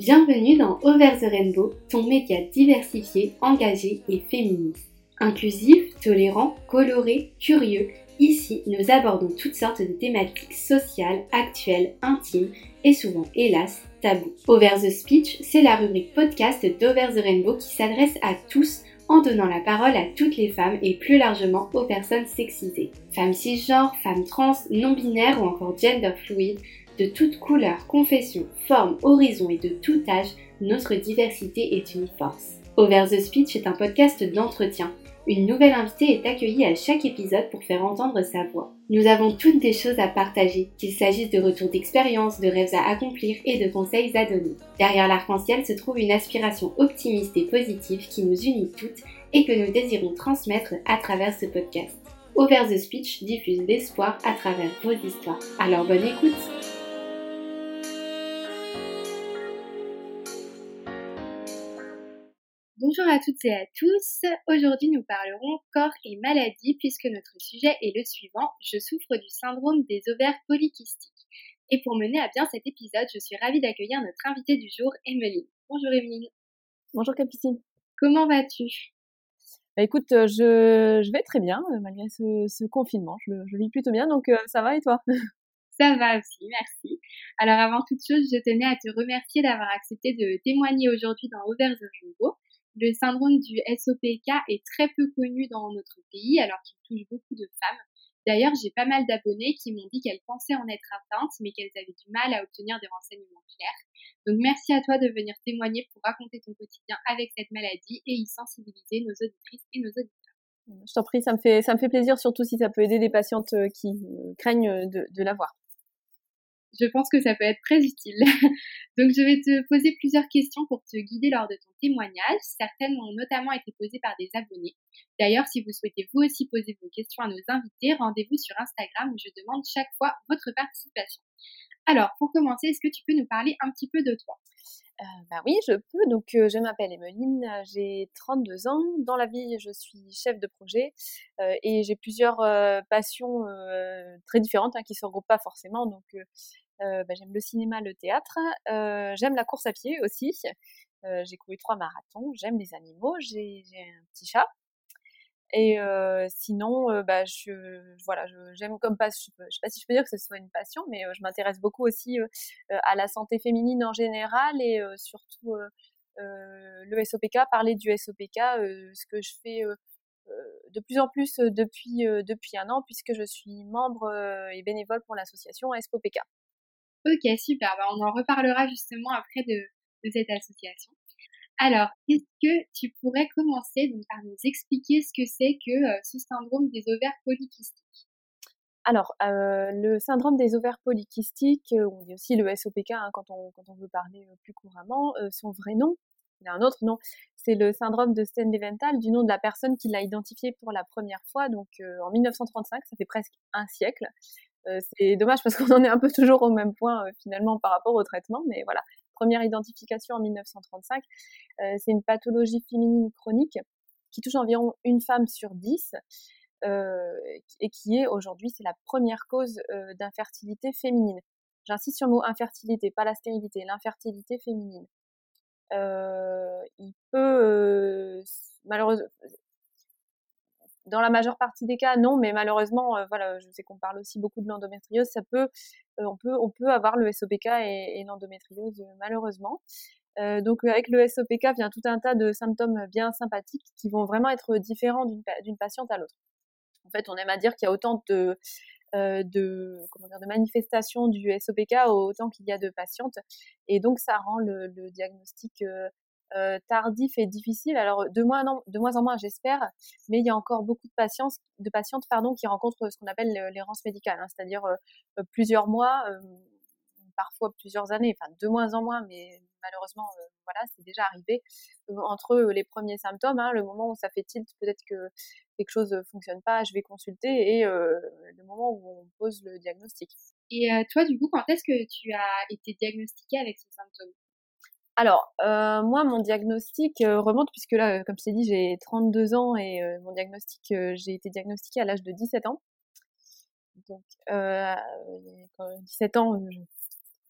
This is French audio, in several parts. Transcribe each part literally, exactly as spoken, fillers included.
Bienvenue dans Over the Rainbow, ton média diversifié, engagé et féministe. Inclusif, tolérant, coloré, curieux, ici nous abordons toutes sortes de thématiques sociales, actuelles, intimes et souvent, hélas, tabous. Over the Speech, c'est la rubrique podcast d'Over the Rainbow qui s'adresse à tous en donnant la parole à toutes les femmes et plus largement aux personnes sexisées. Femmes cisgenres, femmes trans, non-binaires ou encore gender fluid, de toute couleur, confession, forme, horizon et de tout âge, notre diversité est une force. Over the Speech est un podcast d'entretien. Une nouvelle invitée est accueillie à chaque épisode pour faire entendre sa voix. Nous avons toutes des choses à partager, qu'il s'agisse de retours d'expérience, de rêves à accomplir et de conseils à donner. Derrière l'arc-en-ciel se trouve une aspiration optimiste et positive qui nous unit toutes et que nous désirons transmettre à travers ce podcast. Over the Speech diffuse l'espoir à travers vos histoires. Alors bonne écoute! Bonjour à toutes et à tous, aujourd'hui nous parlerons corps et maladie puisque notre sujet est le suivant, je souffre du syndrome des ovaires polykystiques. Et pour mener à bien cet épisode, je suis ravie d'accueillir notre invitée du jour, Emeline. Bonjour Emeline. Bonjour Capucine. Comment vas-tu ? Bah écoute, je, je vais très bien malgré ce, ce confinement, je, je vis plutôt bien, donc euh, ça va et toi ? Ça va aussi, merci. Alors avant toute chose, je tenais à te remercier d'avoir accepté de témoigner aujourd'hui dans Over the Rainbow. Le syndrome du S O P K est très peu connu dans notre pays alors qu'il touche beaucoup de femmes. D'ailleurs, j'ai pas mal d'abonnés qui m'ont dit qu'elles pensaient en être atteintes mais qu'elles avaient du mal à obtenir des renseignements clairs. Donc merci à toi de venir témoigner pour raconter ton quotidien avec cette maladie et y sensibiliser nos auditrices et nos auditeurs. Je t'en prie, ça me fait, ça me fait plaisir, surtout si ça peut aider des patientes qui craignent de, de l'avoir. Je pense que ça peut être très utile. Donc, je vais te poser plusieurs questions pour te guider lors de ton témoignage. Certaines ont notamment été posées par des abonnés. D'ailleurs, si vous souhaitez vous aussi poser vos questions à nos invités, rendez-vous sur Instagram où je demande chaque fois votre participation. Alors, pour commencer, est-ce que tu peux nous parler un petit peu de toi ? Euh, bah oui, je peux. Donc, euh, je m'appelle Emeline, j'ai trente-deux ans. Dans la vie, je suis chef de projet euh, et j'ai plusieurs euh, passions euh, très différentes hein, qui se regroupent pas forcément. Donc, euh, euh, bah, j'aime le cinéma, le théâtre. Euh, j'aime la course à pied aussi. Euh, j'ai couru trois marathons. J'aime les animaux. J'ai, j'ai un petit chat. Et euh, sinon, euh, bah, je, voilà, je, j'aime comme pas, je, je sais pas si je peux dire que ce soit une passion, mais euh, je m'intéresse beaucoup aussi euh, à la santé féminine en général et euh, surtout euh, euh, le S O P K, parler du S O P K, euh, ce que je fais euh, de plus en plus depuis euh, depuis un an puisque je suis membre euh, et bénévole pour l'association S O P K. Ok, super. Bah, on en reparlera justement après de, de cette association. Alors, est-ce que tu pourrais commencer donc, par nous expliquer ce que c'est que euh, ce syndrome des ovaires polykystiques ? Alors, euh, le syndrome des ovaires polykystiques, euh, on dit aussi le S O P K hein, quand, on, quand on veut parler euh, plus couramment, euh, son vrai nom, il a un autre nom, c'est le syndrome de Sten-Leventhal, du nom de la personne qui l'a identifié pour la première fois, donc euh, en dix-neuf cent trente-cinq, ça fait presque un siècle. Euh, c'est dommage parce qu'on en est un peu toujours au même point euh, finalement par rapport au traitement, mais voilà, première identification en dix-neuf cent trente-cinq. Euh, c'est une pathologie féminine chronique qui touche environ une femme sur dix euh, et qui est aujourd'hui, c'est la première cause euh, d'infertilité féminine. J'insiste sur le mot infertilité, pas la stérilité, l'infertilité féminine. Euh, il peut, euh, malheureusement, dans la majeure partie des cas, non, mais malheureusement, euh, voilà, je sais qu'on parle aussi beaucoup de l'endométriose, ça peut, euh, on peut, on peut avoir le S O P K et, et l'endométriose, euh, malheureusement. Euh, donc, avec le S O P K vient tout un tas de symptômes bien sympathiques qui vont vraiment être différents d'une, d'une patiente à l'autre. En fait, on aime à dire qu'il y a autant de, euh, de, comment dire, de manifestations du S O P K autant qu'il y a de patientes, et donc ça rend le, le diagnostic euh, Euh, tardif et difficile. Alors de moins en, de moins en moins, j'espère, mais il y a encore beaucoup de patientes, de patientes pardon, qui rencontrent ce qu'on appelle l'errance médicale, hein, c'est-à-dire euh, plusieurs mois, euh, parfois plusieurs années, enfin de moins en moins, mais malheureusement, euh, voilà, c'est déjà arrivé euh, entre les premiers symptômes, hein, le moment où ça fait tilt, peut-être que quelque chose ne fonctionne pas, je vais consulter, et euh, le moment où on pose le diagnostic. Et euh, toi, du coup, quand est-ce que tu as été diagnostiquée avec ces symptômes ? Alors, euh, moi, mon diagnostic euh, remonte, puisque là, comme je t'ai dit, j'ai trente-deux ans et euh, mon diagnostic, euh, j'ai été diagnostiquée à l'âge de dix-sept ans. Donc, euh, dix-sept ans, je,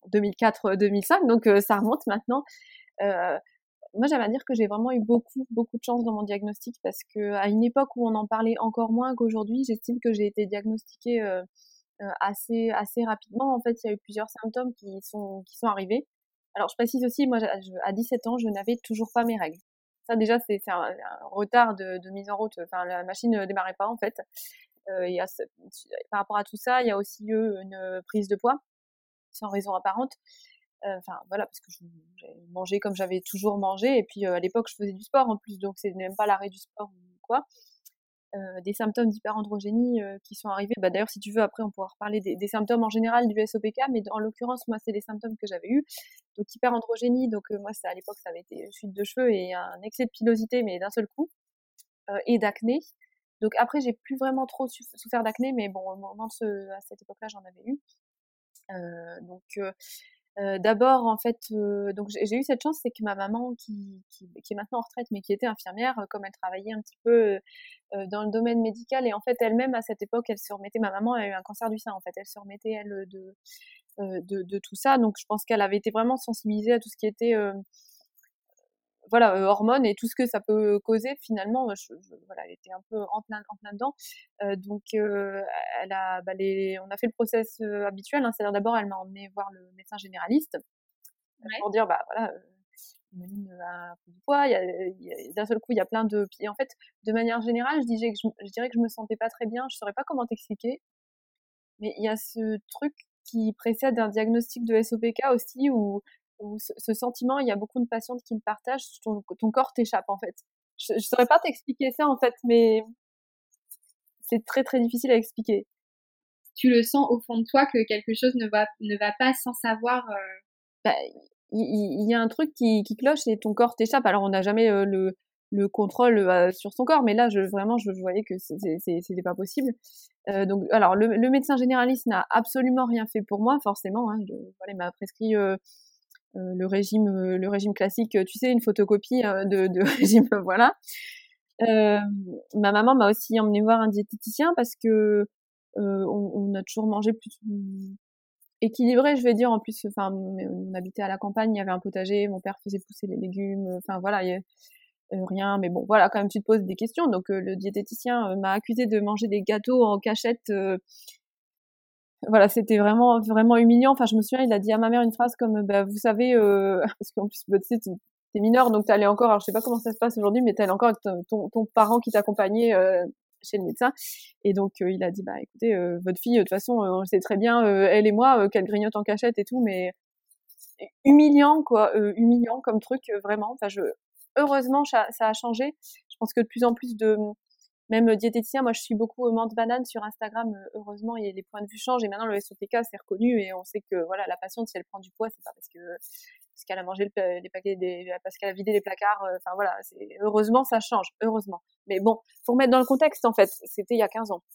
deux mille quatre deux mille cinq, donc euh, ça remonte maintenant. Euh, Moi, j'avais à dire que j'ai vraiment eu beaucoup, beaucoup de chance dans mon diagnostic parce que à une époque où on en parlait encore moins qu'aujourd'hui, j'estime que j'ai été diagnostiquée euh, euh, assez, assez rapidement. En fait, il y a eu plusieurs symptômes qui sont, qui sont arrivés. Alors, je précise aussi, moi, je- à dix-sept ans, je n'avais toujours pas mes règles. Ça, déjà, c'est c'est un, un retard de, de mise en route. Enfin, la machine ne démarrait pas, en fait. Euh, il y a, ce- par rapport à tout ça, il y a aussi eu une prise de poids sans raison apparente. Euh, Enfin, voilà, parce que je- j'ai mangé comme j'avais toujours mangé. Et puis, euh, à l'époque, je faisais du sport en plus, donc c'est même pas l'arrêt du sport ou quoi. Euh, des symptômes d'hyperandrogénie euh, qui sont arrivés. Bah, d'ailleurs, si tu veux, après, on pourra reparler des, des symptômes en général du S O P K, mais en l'occurrence, moi, c'est les symptômes que j'avais eus. Donc, hyperandrogénie, donc euh, moi, à l'époque, ça avait été chute de cheveux et un excès de pilosité, mais d'un seul coup, euh, et d'acné. Donc, après, j'ai plus vraiment trop souffert d'acné, mais bon, au moment de ce, à cette époque-là, j'en avais eu. Euh, donc, euh, euh, d'abord, en fait, euh, donc j'ai eu cette chance, c'est que ma maman, qui, qui, qui est maintenant en retraite, mais qui était infirmière, euh, comme elle travaillait un petit peu euh, dans le domaine médical, et en fait, elle-même, à cette époque, elle se remettait, ma maman a eu un cancer du sein, en fait, elle se remettait, elle, de, euh, de, de tout ça, donc je pense qu'elle avait été vraiment sensibilisée à tout ce qui était euh, voilà, euh, hormones et tout ce que ça peut causer finalement. Je, je, voilà, elle était un peu en plein, en plein dedans. Euh, donc, euh, elle a, bah, les, on a fait le process euh, habituel. Hein, c'est-à-dire d'abord, elle m'a emmené voir le médecin généraliste Ouais. pour dire, bah voilà, euh, Emeline a pris du poids. Il y a, il y a, d'un seul coup, il y a plein de. Et en fait, de manière générale, je dirais que je, je dirais que je me sentais pas très bien. Je saurais pas comment t'expliquer, mais il y a ce truc qui précède un diagnostic de S O P K aussi où où ce, ce sentiment, il y a beaucoup de patientes qui le partagent, ton, ton corps t'échappe en fait. Je, je saurais pas t'expliquer ça en fait, mais c'est très très difficile à expliquer. Tu le sens au fond de toi que quelque chose ne va, ne va pas sans savoir. euh, Bah, il, il y a un truc qui, qui cloche et ton corps t'échappe. Alors on n'a jamais euh, le, le contrôle euh, sur son corps, mais là je, vraiment je, je voyais que c'était pas possible. Euh, donc alors le, le médecin généraliste n'a absolument rien fait pour moi forcément. Hein, je, voilà, il m'a prescrit euh, euh, le régime euh, le régime classique, tu sais, une photocopie euh, de, de régime, voilà. Euh, Ma maman m'a aussi emmené voir un diététicien parce que euh, on, on a toujours mangé plus équilibré, je vais dire. En plus, enfin, on habitait à la campagne, il y avait un potager, mon père faisait pousser les légumes, enfin voilà, il y a euh, rien, mais bon, voilà, quand même, tu te poses des questions. Donc, euh, le diététicien euh, m'a accusé de manger des gâteaux en cachette. Euh, voilà, c'était vraiment, vraiment humiliant. Enfin, je me souviens, il a dit à ma mère une phrase comme, bah, vous savez, euh, parce qu'en plus, bah, tu sais, t'es mineur, donc t'allais encore, alors je sais pas comment ça se passe aujourd'hui, mais t'allais encore avec ton, ton, ton parent qui t'accompagnait euh, chez le médecin. Et donc, euh, il a dit, bah, écoutez, euh, votre fille, de toute façon, euh, on le sait très bien, euh, elle et moi, euh, qu'elle grignote en cachette et tout, mais humiliant, quoi, euh, humiliant comme truc, euh, vraiment. Enfin, je, heureusement, ça, ça a changé. Je pense que de plus en plus de, même diététiciens, moi je suis beaucoup euh, menthe banane sur Instagram, euh, heureusement, et les points de vue changent, et maintenant le S O P K c'est reconnu, et on sait que voilà, la patiente, si elle prend du poids, c'est pas parce que parce qu'elle a mangé le, les paquets des, parce qu'elle a vidé les placards, euh, enfin voilà, c'est, heureusement ça change, heureusement. Mais bon, faut remettre dans le contexte en fait, c'était il y a quinze ans.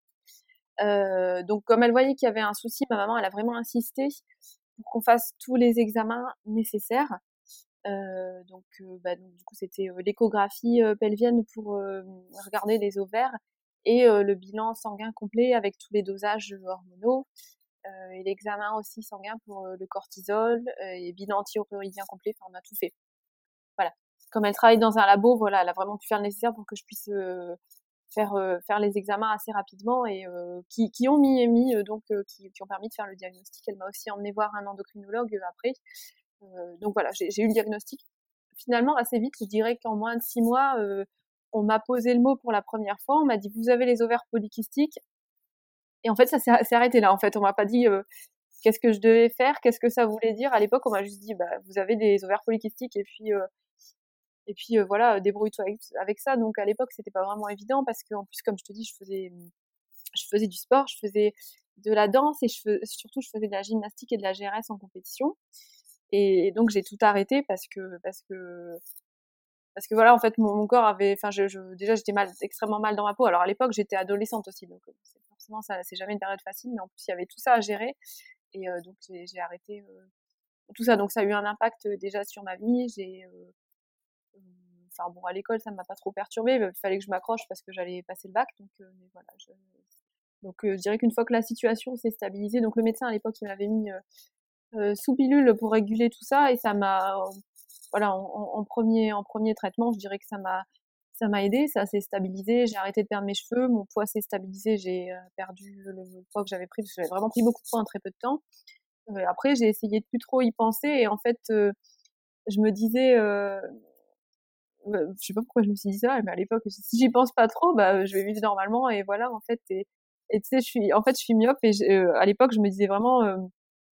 Euh, donc comme elle voyait qu'il y avait un souci, ma maman elle a vraiment insisté pour qu'on fasse tous les examens nécessaires. Euh, donc, euh, bah, donc du coup c'était euh, l'échographie euh, pelvienne pour euh, regarder les ovaires et euh, le bilan sanguin complet avec tous les dosages hormonaux euh, et l'examen aussi sanguin pour euh, le cortisol euh, et bilan anti-thyroïdien complet. Enfin, on a tout fait. Voilà. Comme elle travaille dans un labo, voilà, elle a vraiment pu faire le nécessaire pour que je puisse euh, faire euh, faire les examens assez rapidement et euh, qui, qui ont mis mis euh, donc euh, qui, qui ont permis de faire le diagnostic. Elle m'a aussi emmené voir un endocrinologue euh, après. Euh, donc voilà, j'ai eu le diagnostic. Finalement, assez vite, je dirais qu'en moins de six mois, euh, on m'a posé le mot pour la première fois. On m'a dit, vous avez les ovaires polykystiques. Et en fait, ça s'est arrêté là. En fait, on m'a pas dit euh, qu'est-ce que je devais faire, qu'est-ce que ça voulait dire. À l'époque, on m'a juste dit, bah, vous avez des ovaires polykystiques et puis euh, et puis euh, voilà, débrouille-toi avec, avec ça. Donc à l'époque, c'était pas vraiment évident parce que en plus, comme je te dis, je faisais je faisais du sport, je faisais de la danse et je fais, surtout je faisais de la gymnastique et de la G R S en compétition. Et donc j'ai tout arrêté parce que parce que parce que voilà, en fait mon, mon corps avait, enfin je, je déjà j'étais mal, extrêmement mal dans ma peau. Alors à l'époque j'étais adolescente aussi, donc forcément ça c'est jamais une période facile, mais en plus il y avait tout ça à gérer et euh, donc j'ai arrêté euh, tout ça. Donc ça a eu un impact euh, déjà sur ma vie. J'ai euh, enfin bon, à l'école ça m'a pas trop perturbée, il fallait que je m'accroche parce que j'allais passer le bac, donc euh, mais voilà, je, donc euh, je dirais qu'une fois que la situation s'est stabilisée, donc le médecin à l'époque il m'avait mis euh, euh, sous pilule pour réguler tout ça et ça m'a, euh, voilà, en, en, premier, en premier traitement, je dirais que ça m'a, ça m'a aidé, ça s'est stabilisé, j'ai arrêté de perdre mes cheveux, mon poids s'est stabilisé, j'ai euh, perdu le, le poids que j'avais pris parce que j'avais vraiment pris beaucoup de poids en très peu de temps. Euh, après, j'ai essayé de plus trop y penser et en fait, euh, je me disais, euh, euh, je sais pas pourquoi je me suis dit ça, mais à l'époque, si j'y pense pas trop, bah, je vais vivre normalement et voilà, en fait, et, et tu sais, je suis, en fait, je suis myope et euh, à l'époque, je me disais vraiment, euh,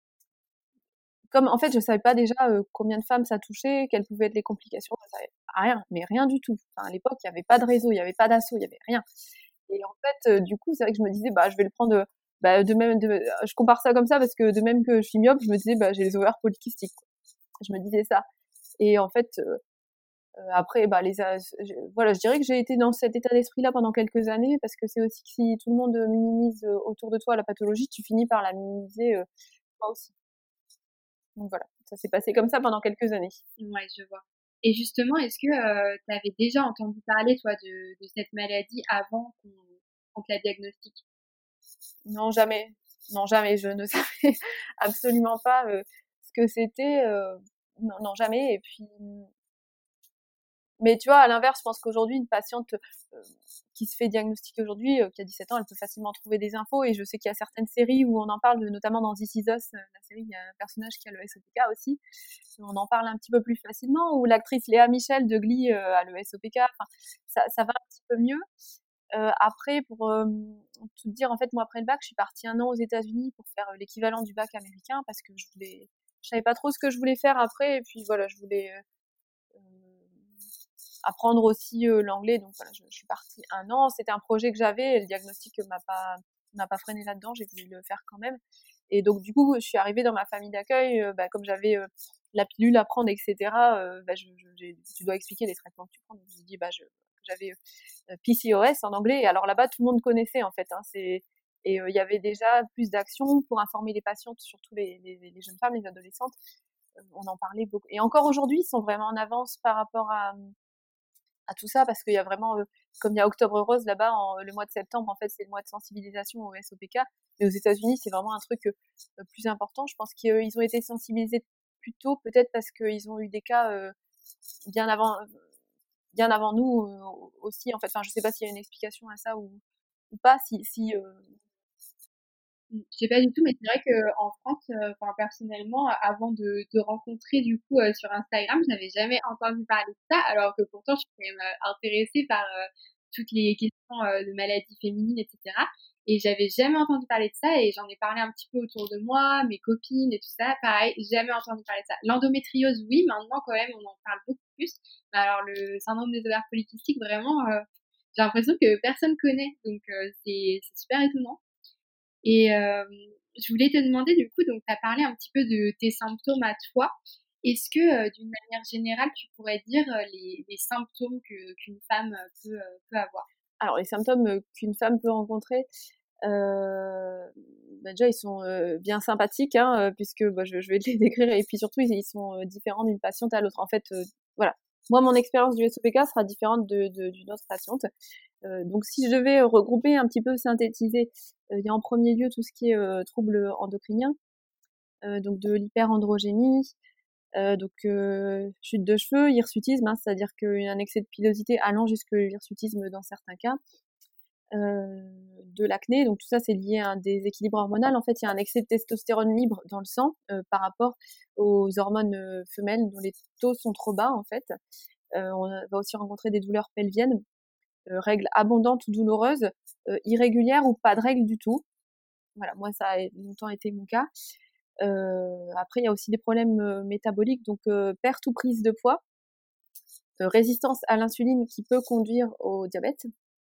comme en fait, je savais pas déjà euh, combien de femmes ça touchait, quelles pouvaient être les complications, je savais rien, mais rien du tout. Enfin, à l'époque, il y avait pas de réseau, il y avait pas d'assaut, il y avait rien. Et en fait, euh, du coup, c'est vrai que je me disais, bah, je vais le prendre, euh, bah, de même, de, je compare ça comme ça parce que de même que je suis myope, je me disais, bah, j'ai les ovaires polykystiques, quoi. Je me disais ça. Et en fait, euh, euh, après, bah, les, je, voilà, je dirais que j'ai été dans cet état d'esprit-là pendant quelques années parce que c'est aussi que si tout le monde minimise euh, autour de toi la pathologie, tu finis par la minimiser euh, toi aussi. Donc voilà, ça s'est passé comme ça pendant quelques années. Ouais, je vois. Et justement, est-ce que euh, tu avais déjà entendu parler, toi, de, de cette maladie avant qu'on qu'on te la diagnostique? Non, jamais. Non, jamais. Je ne savais absolument pas euh, ce que c'était. Euh, non, non, jamais. Et puis, mais tu vois, à l'inverse, je pense qu'aujourd'hui, une patiente euh, qui se fait diagnostiquer aujourd'hui, euh, qui a dix-sept ans, elle peut facilement trouver des infos. Et je sais qu'il y a certaines séries où on en parle, notamment dans This Is Us, euh, la série, il y a un personnage qui a le S O P K aussi. On en parle un petit peu plus facilement. Ou l'actrice Léa Michel de Glee euh, a le S O P K. Enfin, ça, ça va un petit peu mieux. Euh, après, pour euh, tout dire, en fait, moi, après le bac, je suis partie un an aux États-Unis pour faire euh, l'équivalent du bac américain parce que je voulais, je savais pas trop ce que je voulais faire après. Et puis voilà, je voulais euh, apprendre aussi euh, l'anglais. Donc voilà, je, je suis partie un an. C'était un projet que j'avais. Et le diagnostic m'a pas, m'a pas freiné là-dedans. J'ai voulu le faire quand même. Et donc du coup, je suis arrivée dans ma famille d'accueil. Euh, bah, comme j'avais euh, la pilule à prendre, et cetera. Euh, bah, je, je, tu dois expliquer les traitements que tu prends. Donc je dis, bah, je, j'avais euh, P C O S en anglais. Et alors là-bas, tout le monde connaissait en fait. Hein, c'est et il euh, y avait déjà plus d'actions pour informer les patientes, surtout les, les, les jeunes femmes, les adolescentes. Euh, on en parlait beaucoup. Et encore aujourd'hui, ils sont vraiment en avance par rapport à à tout ça parce qu'il y a vraiment, euh, comme il y a Octobre Rose là-bas, en, le mois de septembre, en fait, c'est le mois de sensibilisation au S O P K. Mais aux États-Unis, c'est vraiment un truc euh, plus important. Je pense qu'ils ont été sensibilisés plus tôt, peut-être parce qu'ils ont eu des cas euh, bien avant, bien avant nous euh, aussi. En fait, enfin, je sais pas s'il y a une explication à ça ou, ou pas. Si, si euh... Je sais pas du tout, mais c'est vrai qu'en France, euh, enfin, personnellement, avant de, de rencontrer du coup euh, sur Instagram, je n'avais jamais entendu parler de ça, alors que pourtant je suis quand même euh, intéressée par euh, toutes les questions euh, de maladies féminines, et cetera. Et j'avais jamais entendu parler de ça et j'en ai parlé un petit peu autour de moi, mes copines et tout ça. Pareil, jamais entendu parler de ça. L'endométriose, oui, maintenant quand même, on en parle beaucoup plus. Mais alors le syndrome des ovaires polykystiques, vraiment, euh, j'ai l'impression que personne connaît. Donc euh, c'est c'est super étonnant. Et euh, je voulais te demander, du coup, donc tu as parlé un petit peu de tes symptômes à toi. Est-ce que, euh, d'une manière générale, tu pourrais dire euh, les, les symptômes que, qu'une femme euh, peut, euh, peut avoir? Alors, les symptômes qu'une femme peut rencontrer, euh, bah déjà, ils sont euh, bien sympathiques, hein, euh, puisque bah, je, je vais te les décrire, et puis surtout, ils, ils sont euh, différents d'une patiente à l'autre. En fait, euh, voilà. Moi, mon expérience du S O P K sera différente de, de, d'une autre patiente. Euh, donc, si je devais regrouper un petit peu, synthétiser, euh, il y a en premier lieu tout ce qui est euh, troubles endocriniens, euh, donc de l'hyperandrogénie, euh, donc euh, chute de cheveux, hirsutisme, hein, c'est-à-dire qu'un excès de pilosité allant jusque l'hirsutisme dans certains cas, euh, de l'acné, donc tout ça c'est lié à un déséquilibre hormonal. En fait, il y a un excès de testostérone libre dans le sang euh, par rapport aux hormones euh, femelles dont les taux sont trop bas en fait. Euh, on va aussi rencontrer des douleurs pelviennes, euh, règles abondantes ou douloureuses, euh, irrégulières ou pas de règles du tout. Voilà, moi ça a longtemps été mon cas. Euh, après, il y a aussi des problèmes euh, métaboliques, donc euh, perte ou prise de poids, euh, résistance à l'insuline qui peut conduire au diabète.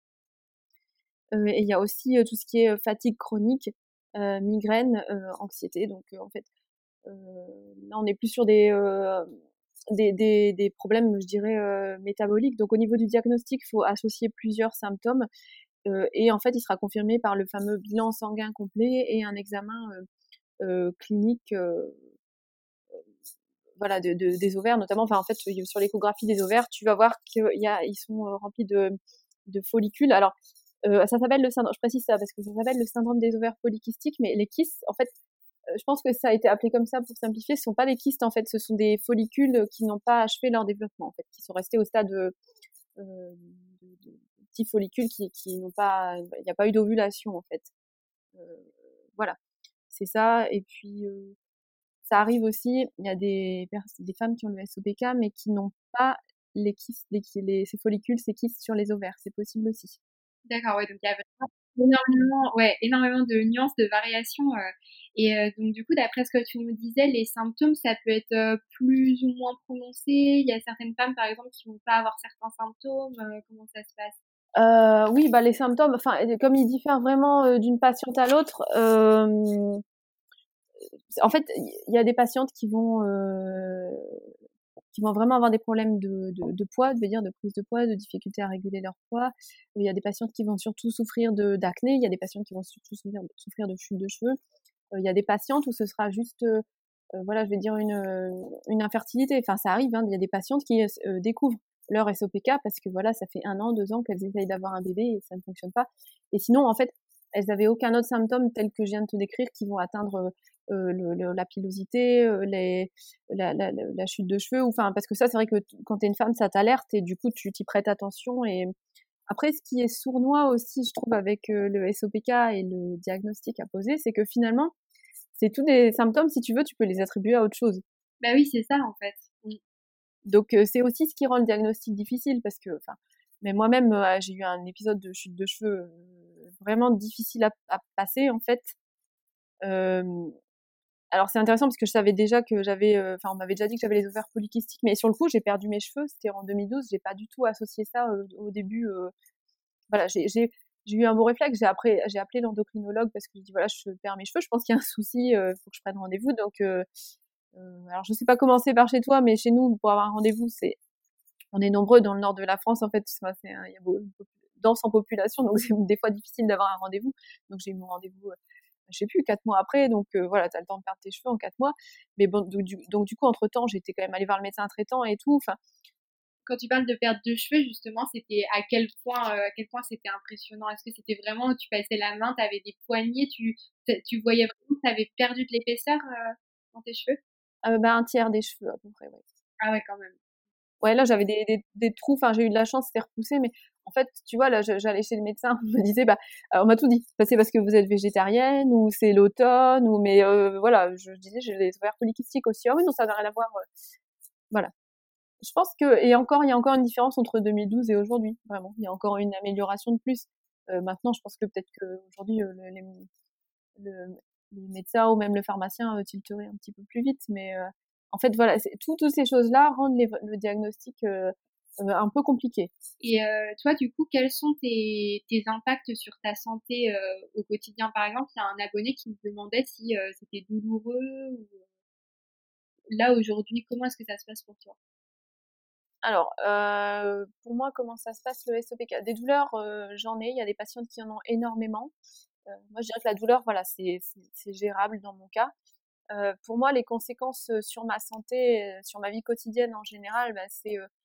Euh, et il y a aussi euh, tout ce qui est euh, fatigue chronique, euh, migraine, euh, anxiété. Donc euh, en fait, euh, là on est plus sur des, euh, des, des, des problèmes, je dirais, euh, métaboliques. Donc au niveau du diagnostic, il faut associer plusieurs symptômes. Euh, et en fait, il sera confirmé par le fameux bilan sanguin complet et un examen euh, euh, clinique euh, voilà, de, de, des ovaires notamment. Enfin, en fait, sur l'échographie des ovaires, tu vas voir qu'ils sont euh, remplis de, de follicules. Alors, euh, ça s'appelle le syndrome, je précise ça parce que ça s'appelle le syndrome des ovaires polykystiques, mais les kystes, en fait, euh, je pense que ça a été appelé comme ça pour simplifier. Ce sont pas des kystes en fait, ce sont des follicules qui n'ont pas achevé leur développement en fait, qui sont restés au stade euh, de, de, de petits follicules qui, qui n'ont pas, il n'y a pas eu d'ovulation en fait. Euh, voilà, c'est ça. Et puis euh, ça arrive aussi, il y a des, des femmes qui ont le S O P K mais qui n'ont pas les kystes, les, les, ces follicules, ces kystes sur les ovaires. C'est possible aussi. D'accord, ouais, donc il y a énormément, ouais, énormément de nuances, de variations. Euh, et euh, donc du coup, d'après ce que tu nous disais, les symptômes, ça peut être euh, plus ou moins prononcé. Il y a certaines femmes, par exemple, qui vont pas avoir certains symptômes. Euh, comment ça se passe? Euh, oui, bah les symptômes, enfin, comme ils diffèrent vraiment euh, d'une patiente à l'autre, euh, en fait, il y a des patientes qui vont euh, qui vont vraiment avoir des problèmes de, de, de poids, je veux dire de prise de poids, de difficulté à réguler leur poids. Il y a des patientes qui vont surtout souffrir de d'acné, il y a des patientes qui vont surtout souffrir, souffrir de chute de cheveux. Euh, il y a des patientes où ce sera juste, euh, voilà, je vais dire une une infertilité. Enfin, ça arrive. Hein, il y a des patientes qui euh, découvrent leur S O P K parce que voilà, ça fait un an, deux ans qu'elles essayent d'avoir un bébé et ça ne fonctionne pas. Et sinon, en fait, elles avaient aucun autre symptôme tel que je viens de te décrire qui vont atteindre euh, le, le, la pilosité, euh, les, la, la, la chute de cheveux. Enfin, parce que ça, c'est vrai que t- quand t'es une femme, ça t'alerte et du coup, tu t'y prêtes attention. Et après, ce qui est sournois aussi, je trouve, avec euh, le S O P K et le diagnostic à poser, c'est que finalement, c'est tous des symptômes, si tu veux, tu peux les attribuer à autre chose. Bah oui, c'est ça en fait. Mm. Donc euh, c'est aussi ce qui rend le diagnostic difficile parce que, enfin, mais moi-même euh, j'ai eu un épisode de chute de cheveux euh, vraiment difficile à, à passer en fait. Euh, alors c'est intéressant parce que je savais déjà que j'avais, enfin euh, on m'avait déjà dit que j'avais les ovaires polykystiques, mais sur le coup j'ai perdu mes cheveux, c'était en deux mille douze, j'ai pas du tout associé ça euh, au début. Euh, voilà, j'ai, j'ai, j'ai eu un bon réflexe, j'ai appelé, j'ai appelé l'endocrinologue parce que je dis voilà je perds mes cheveux, je pense qu'il y a un souci, il euh, faut que je prenne rendez-vous. Donc euh, euh, alors je sais pas comment c'est par chez toi, mais chez nous pour avoir un rendez-vous c'est on est nombreux dans le nord de la France, en fait, c'est, il y a beaucoup de dense en population, donc c'est des fois difficile d'avoir un rendez-vous. Donc j'ai eu mon rendez-vous, euh, je sais plus, quatre mois après, donc euh, voilà, t'as le temps de perdre tes cheveux en quatre mois. Mais bon, donc du, donc, du coup, entre temps, j'étais quand même allée voir le médecin traitant et tout. Enfin, quand tu parles de perte de cheveux, justement, c'était à quel point, euh, à quel point c'était impressionnant? Est-ce que c'était vraiment, tu passais la main, t'avais des poignées, tu, tu voyais vraiment que t'avais perdu de l'épaisseur euh, dans tes cheveux? euh, bah, un tiers des cheveux à peu près, ouais. Ah ouais, quand même. Ouais, là, j'avais des, des, des trous, enfin, j'ai eu de la chance, c'était repoussé, mais en fait, tu vois, là, j'allais chez le médecin, on me disait, bah, on m'a tout dit. Bah, c'est parce que vous êtes végétarienne, ou c'est l'automne, ou, mais, euh, voilà, je, je disais, j'ai des ovaires polykystiques aussi. Ah oui, non, ça n'a rien à voir. euh. Voilà. Je pense que, et encore, il y a encore une différence entre deux mille douze et aujourd'hui, vraiment. Il y a encore une amélioration de plus. Euh, maintenant, je pense que peut-être qu'aujourd'hui, euh, le, les, le, les médecins ou même le pharmacien euh, tilteraient un petit peu plus vite, mais euh, en fait, voilà, tout, toutes ces choses-là rendent les, le diagnostic euh, euh, un peu compliqué. Et euh, toi, du coup, quels sont tes, tes impacts sur ta santé euh, au quotidien? Par exemple, il y a un abonné qui me demandait si euh, c'était douloureux ou là aujourd'hui, comment est-ce que ça se passe pour toi? Alors, euh, pour moi, comment ça se passe le S O P K? Des douleurs, euh, j'en ai. Il y a des patientes qui en ont énormément. Euh, moi, je dirais que la douleur, voilà, c'est, c'est, c'est gérable dans mon cas. Euh, pour moi, les conséquences sur ma santé, sur ma vie quotidienne en général, bah, c'est, euh,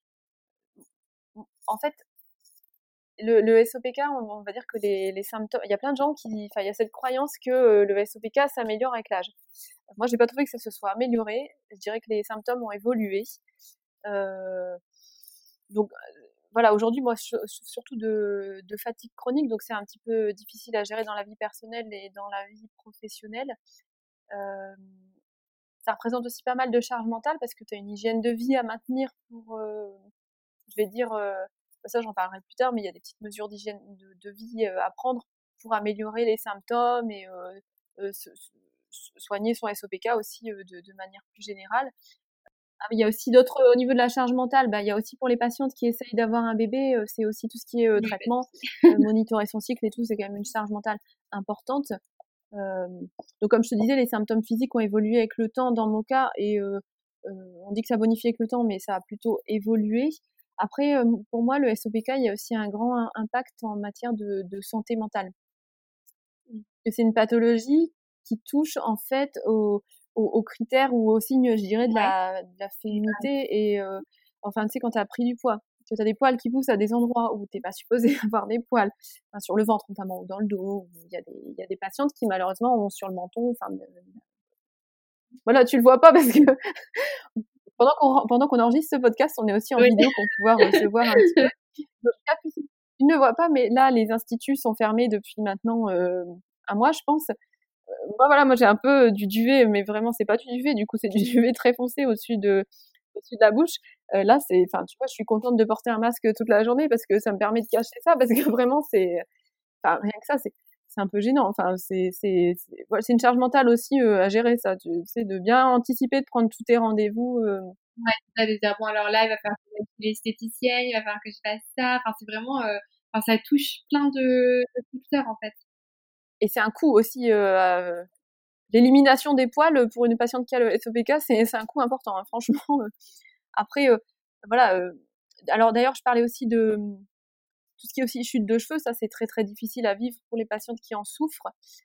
en fait, le, le S O P K, on, on va dire que les, les symptômes, il y a plein de gens qui, enfin, il y a cette croyance que euh, le S O P K s'améliore avec l'âge. Moi, j'ai pas trouvé que ça se soit amélioré. Je dirais que les symptômes ont évolué. Euh, donc voilà, aujourd'hui, moi, je, je souffre surtout de, de fatigue chronique, donc c'est un petit peu difficile à gérer dans la vie personnelle et dans la vie professionnelle. Euh, ça représente aussi pas mal de charge mentale parce que tu as une hygiène de vie à maintenir pour, euh, je vais dire, euh, ça j'en parlerai plus tard, mais il y a des petites mesures d'hygiène de, de vie euh, à prendre pour améliorer les symptômes et euh, euh, se, se, soigner son S O P K aussi euh, de, de manière plus générale. Ah, il y a aussi d'autres, au niveau de la charge mentale, bah, il y a aussi pour les patientes qui essayent d'avoir un bébé, euh, c'est aussi tout ce qui est euh, traitement, euh, monitorer son cycle et tout, c'est quand même une charge mentale importante. Euh, donc comme je te disais, les symptômes physiques ont évolué avec le temps dans mon cas et euh, euh, on dit que ça bonifie avec le temps, mais ça a plutôt évolué. Après, euh, pour moi, le S O P K, il y a aussi un grand impact en matière de, de santé mentale. C'est une pathologie qui touche en fait aux, aux, aux critères ou aux signes, je dirais, de la, de la féminité et euh, enfin, tu sais, quand tu as pris du poids, que tu as des poils qui poussent à des endroits où t'es pas supposé avoir des poils, enfin, sur le ventre notamment ou dans le dos, il y a des, il y a des patientes qui malheureusement ont sur le menton, enfin, Voilà, tu le vois pas parce que pendant qu'on pendant qu'on enregistre ce podcast, on est aussi en Oui. vidéo pour pouvoir euh, se voir un petit peu. Donc, là, tu sais, tu ne vois pas, mais là, les instituts sont fermés depuis maintenant euh, un mois, je pense. Euh, moi, voilà, moi j'ai un peu du duvet, mais vraiment, c'est pas du duvet. Du coup, c'est du duvet très foncé au-dessus de au-dessus de la bouche. Euh, là, c'est, enfin, tu vois, je suis contente de porter un masque toute la journée parce que ça me permet de cacher ça, parce que vraiment, c'est, enfin, rien que ça, c'est c'est un peu gênant. Enfin, c'est c'est c'est, voilà, c'est une charge mentale aussi euh, à gérer ça. Tu sais, de bien anticiper, de prendre tous tes rendez-vous. Euh, Ouais, c'est ça, de dire, bon, alors là, il va falloir que j'aille chez l'esthéticienne, il va falloir que je fasse ça. Enfin, c'est vraiment, euh, enfin, ça touche plein de, de secteurs, en fait. et c'est un coût aussi. Euh, l'élimination des poils pour une patiente qui a le S O P K, c'est c'est un coût important, hein, franchement. Euh, après, euh, voilà. Euh, alors d'ailleurs, je parlais aussi de tout ce qui est aussi chute de cheveux. Ça, c'est très très difficile à vivre pour les patientes qui en souffrent.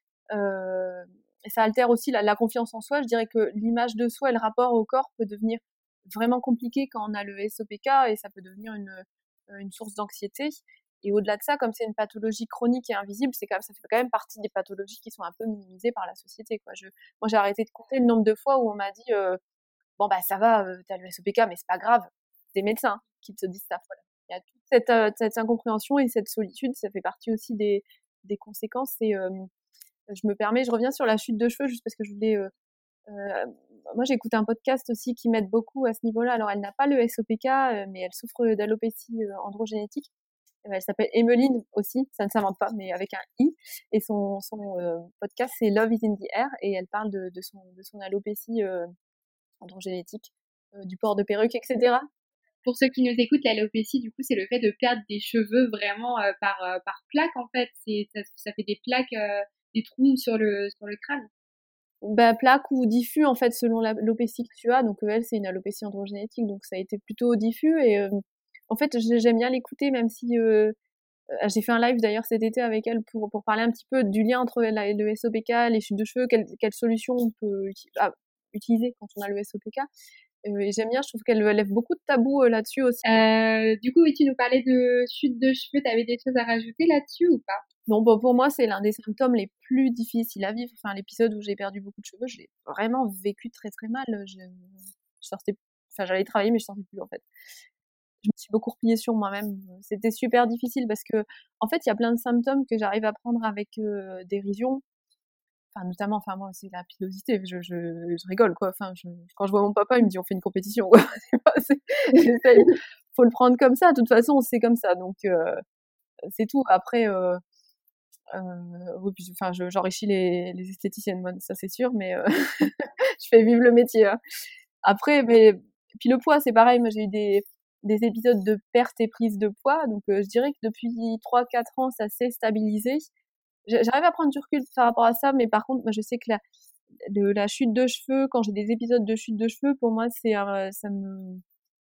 Euh, et ça altère aussi la, la confiance en soi. Je dirais que l'image de soi et le rapport au corps peut devenir vraiment compliqué quand on a le S O P K, et ça peut devenir une, une source d'anxiété. Et au-delà de ça, comme c'est une pathologie chronique et invisible, c'est quand même, ça fait quand même partie des pathologies qui sont un peu minimisées par la société, quoi. Je, moi, j'ai arrêté de compter le nombre de fois où on m'a dit euh, bon bah ça va, euh, t'as le S O P K, mais c'est pas grave. Des médecins qui te disent ça. Voilà. Il y a toute cette, euh, cette incompréhension et cette solitude, ça fait partie aussi des, des conséquences. Et euh, je me permets, je reviens sur la chute de cheveux juste parce que je voulais. Euh, euh, moi, j'écoute un podcast aussi qui m'aide beaucoup à ce niveau-là. Alors, elle n'a pas le S O P K, euh, mais elle souffre d'alopécie euh, androgénétique. Elle s'appelle Emeline aussi, ça ne s'invente pas, mais avec un i. Et son, son euh, podcast, c'est Love is in the air, et elle parle de, de son, de son alopécie euh, androgénétique, euh, du port de perruque, et cetera. Pour ceux qui nous écoutent, l'alopécie, du coup, c'est le fait de perdre des cheveux vraiment euh, par, euh, par plaque, en fait. C'est, ça, ça fait des plaques, euh, des trous sur le, sur le crâne. Bah, plaque ou diffus, en fait, selon l'alopécie que tu as. Donc, elle, c'est une alopécie androgénétique, donc ça a été plutôt diffus. Et euh, en fait, j'aime bien l'écouter, même si euh, j'ai fait un live d'ailleurs cet été avec elle pour, pour parler un petit peu du lien entre la, le S O P K, les chutes de cheveux, quelles quelle solutions on peut uti ah, utiliser quand on a le S O P K. Euh, et j'aime bien, je trouve qu'elle lève beaucoup de tabous euh, là-dessus aussi. Euh, du coup, oui, tu nous parlais de chute de cheveux. T'avais des choses à rajouter là-dessus ou pas? Non, bon, pour moi, c'est l'un des symptômes les plus difficiles à vivre. Enfin, l'épisode où j'ai perdu beaucoup de cheveux, je l'ai vraiment vécu très très mal. Je, je sortais, enfin, j'allais travailler, mais je sortais plus en fait. Je me suis beaucoup repliée sur moi-même. C'était super difficile parce que, en fait, il y a plein de symptômes que j'arrive à prendre avec euh, dérision. Enfin, notamment, enfin, moi, c'est la pilosité. Je, je, je rigole, quoi. Enfin, je, quand je vois mon papa, il me dit, on fait une compétition, quoi. J'essaye. Faut le prendre comme ça. De toute façon, c'est comme ça. Donc, euh, c'est tout. Après, euh, euh, oui, puis, enfin, j'enrichis les, les esthéticiennes, moi, ça c'est sûr, mais euh, je fais vivre le métier. Hein. Après, mais puis le poids, c'est pareil. Moi, j'ai eu des des épisodes de perte et prise de poids, donc euh, je dirais que depuis trois quatre ans, ça s'est stabilisé. J'arrive à prendre du recul par rapport à ça, mais par contre, moi, je sais que la de la chute de cheveux, quand j'ai des épisodes de chute de cheveux, pour moi, c'est euh, ça me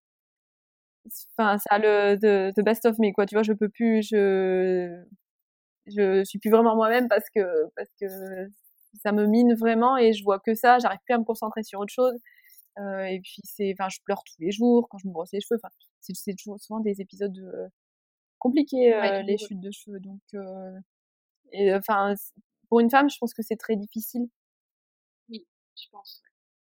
enfin ça a le the, the best of me, quoi. Tu vois, je peux plus, je je suis plus vraiment moi-même parce que parce que ça me mine vraiment et je vois que ça, j'arrive plus à me concentrer sur autre chose. Euh, et puis c'est, enfin, je pleure tous les jours quand je me brosse les cheveux. Enfin, c'est c'est toujours souvent des épisodes euh, compliqués, Ouais, euh, les douloureux. chutes de cheveux. Donc, euh, et enfin, pour une femme, je pense que c'est très difficile. Oui, je pense.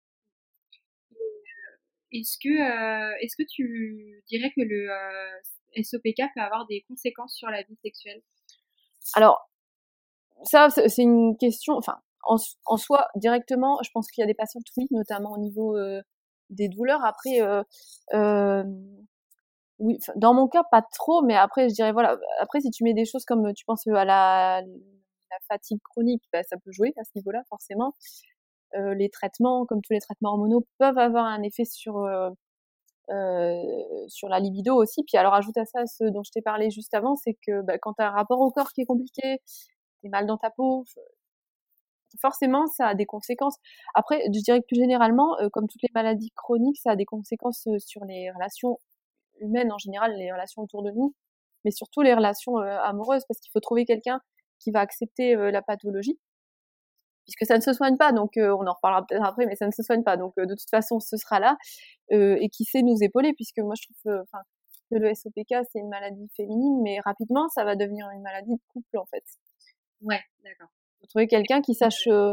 Est-ce que, euh, est-ce que tu dirais que le euh, S O P K peut avoir des conséquences sur la vie sexuelle? Alors, ça, c'est une question. Enfin, en, en soi, directement, je pense qu'il y a des patientes, oui, notamment au niveau euh, des douleurs. Après. Euh, euh, Oui, dans mon cas, pas trop, mais après, je dirais, voilà, après, si tu mets des choses comme tu penses à la, la fatigue chronique, bah, ça peut jouer à ce niveau-là, forcément. Euh, les traitements, comme tous les traitements hormonaux, peuvent avoir un effet sur, euh, euh, sur la libido aussi. Puis alors, ajoute à ça ce dont je t'ai parlé juste avant, c'est que bah, quand tu as un rapport au corps qui est compliqué, t'es mal dans ta peau, forcément, ça a des conséquences. Après, je dirais que plus généralement, euh, comme toutes les maladies chroniques, ça a des conséquences sur les relations humaines en général, les relations autour de nous, mais surtout les relations euh, amoureuses, parce qu'il faut trouver quelqu'un qui va accepter euh, la pathologie, puisque ça ne se soigne pas, donc euh, on en reparlera peut-être après, mais ça ne se soigne pas, donc euh, de toute façon ce sera là, euh, et qui sait nous épauler, puisque moi je trouve euh, que le S O P K c'est une maladie féminine, mais rapidement ça va devenir une maladie de couple en fait. Ouais, d'accord. Faut trouver quelqu'un qui sache euh,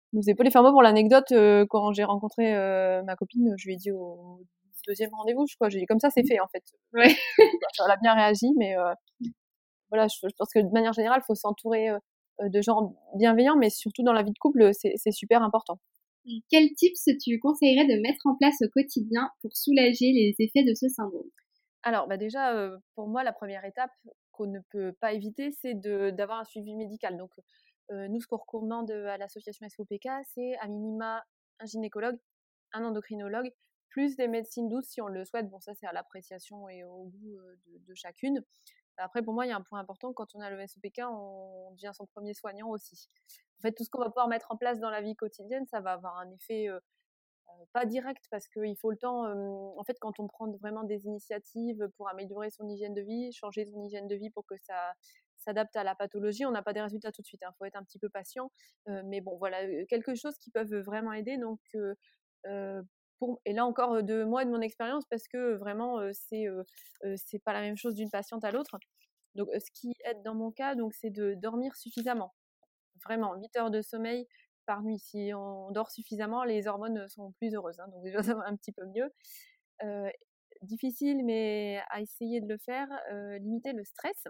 nous faisait pas les fameux. Pour l'anecdote, euh, quand j'ai rencontré euh, ma copine, je lui ai dit au deuxième rendez-vous, je crois, j'ai dit comme ça c'est fait en fait. Ouais. Elle a bien réagi, mais euh, voilà, je, je pense que de manière générale, il faut s'entourer euh, de gens bienveillants, mais surtout dans la vie de couple, c'est, c'est super important. Quels tips tu conseillerais de mettre en place au quotidien pour soulager les effets de ce syndrome? Alors, bah déjà, euh, pour moi, la première étape qu'on ne peut pas éviter, c'est de, d'avoir un suivi médical. Donc, euh, nous, ce qu'on recommande à l'association S O P K, c'est à minima un gynécologue, un endocrinologue, plus des médecines douces si on le souhaite. Bon, ça, c'est à l'appréciation et au goût euh, de, de chacune. Après, pour moi, il y a un point important, quand on a le S O P K, on devient son premier soignant aussi. En fait, tout ce qu'on va pouvoir mettre en place dans la vie quotidienne, ça va avoir un effet euh, pas direct parce qu'il faut le temps. Euh, en fait, quand on prend vraiment des initiatives pour améliorer son hygiène de vie, changer son hygiène de vie pour que ça s'adapte à la pathologie, on n'a pas des résultats tout de suite. Il hein, faut être un petit peu patient. Euh, mais bon, voilà, quelque chose qui peuvent vraiment aider. Donc, euh, euh, pour, et là encore, de moi et de mon expérience, parce que vraiment, euh, c'est euh, euh, c'est pas la même chose d'une patiente à l'autre. Donc, ce qui aide dans mon cas, donc, c'est de dormir suffisamment. Vraiment, huit heures de sommeil par nuit. Si on dort suffisamment, les hormones sont plus heureuses. Hein, donc déjà, ça va un petit peu mieux. Euh, difficile, mais à essayer de le faire. Euh, limiter le stress.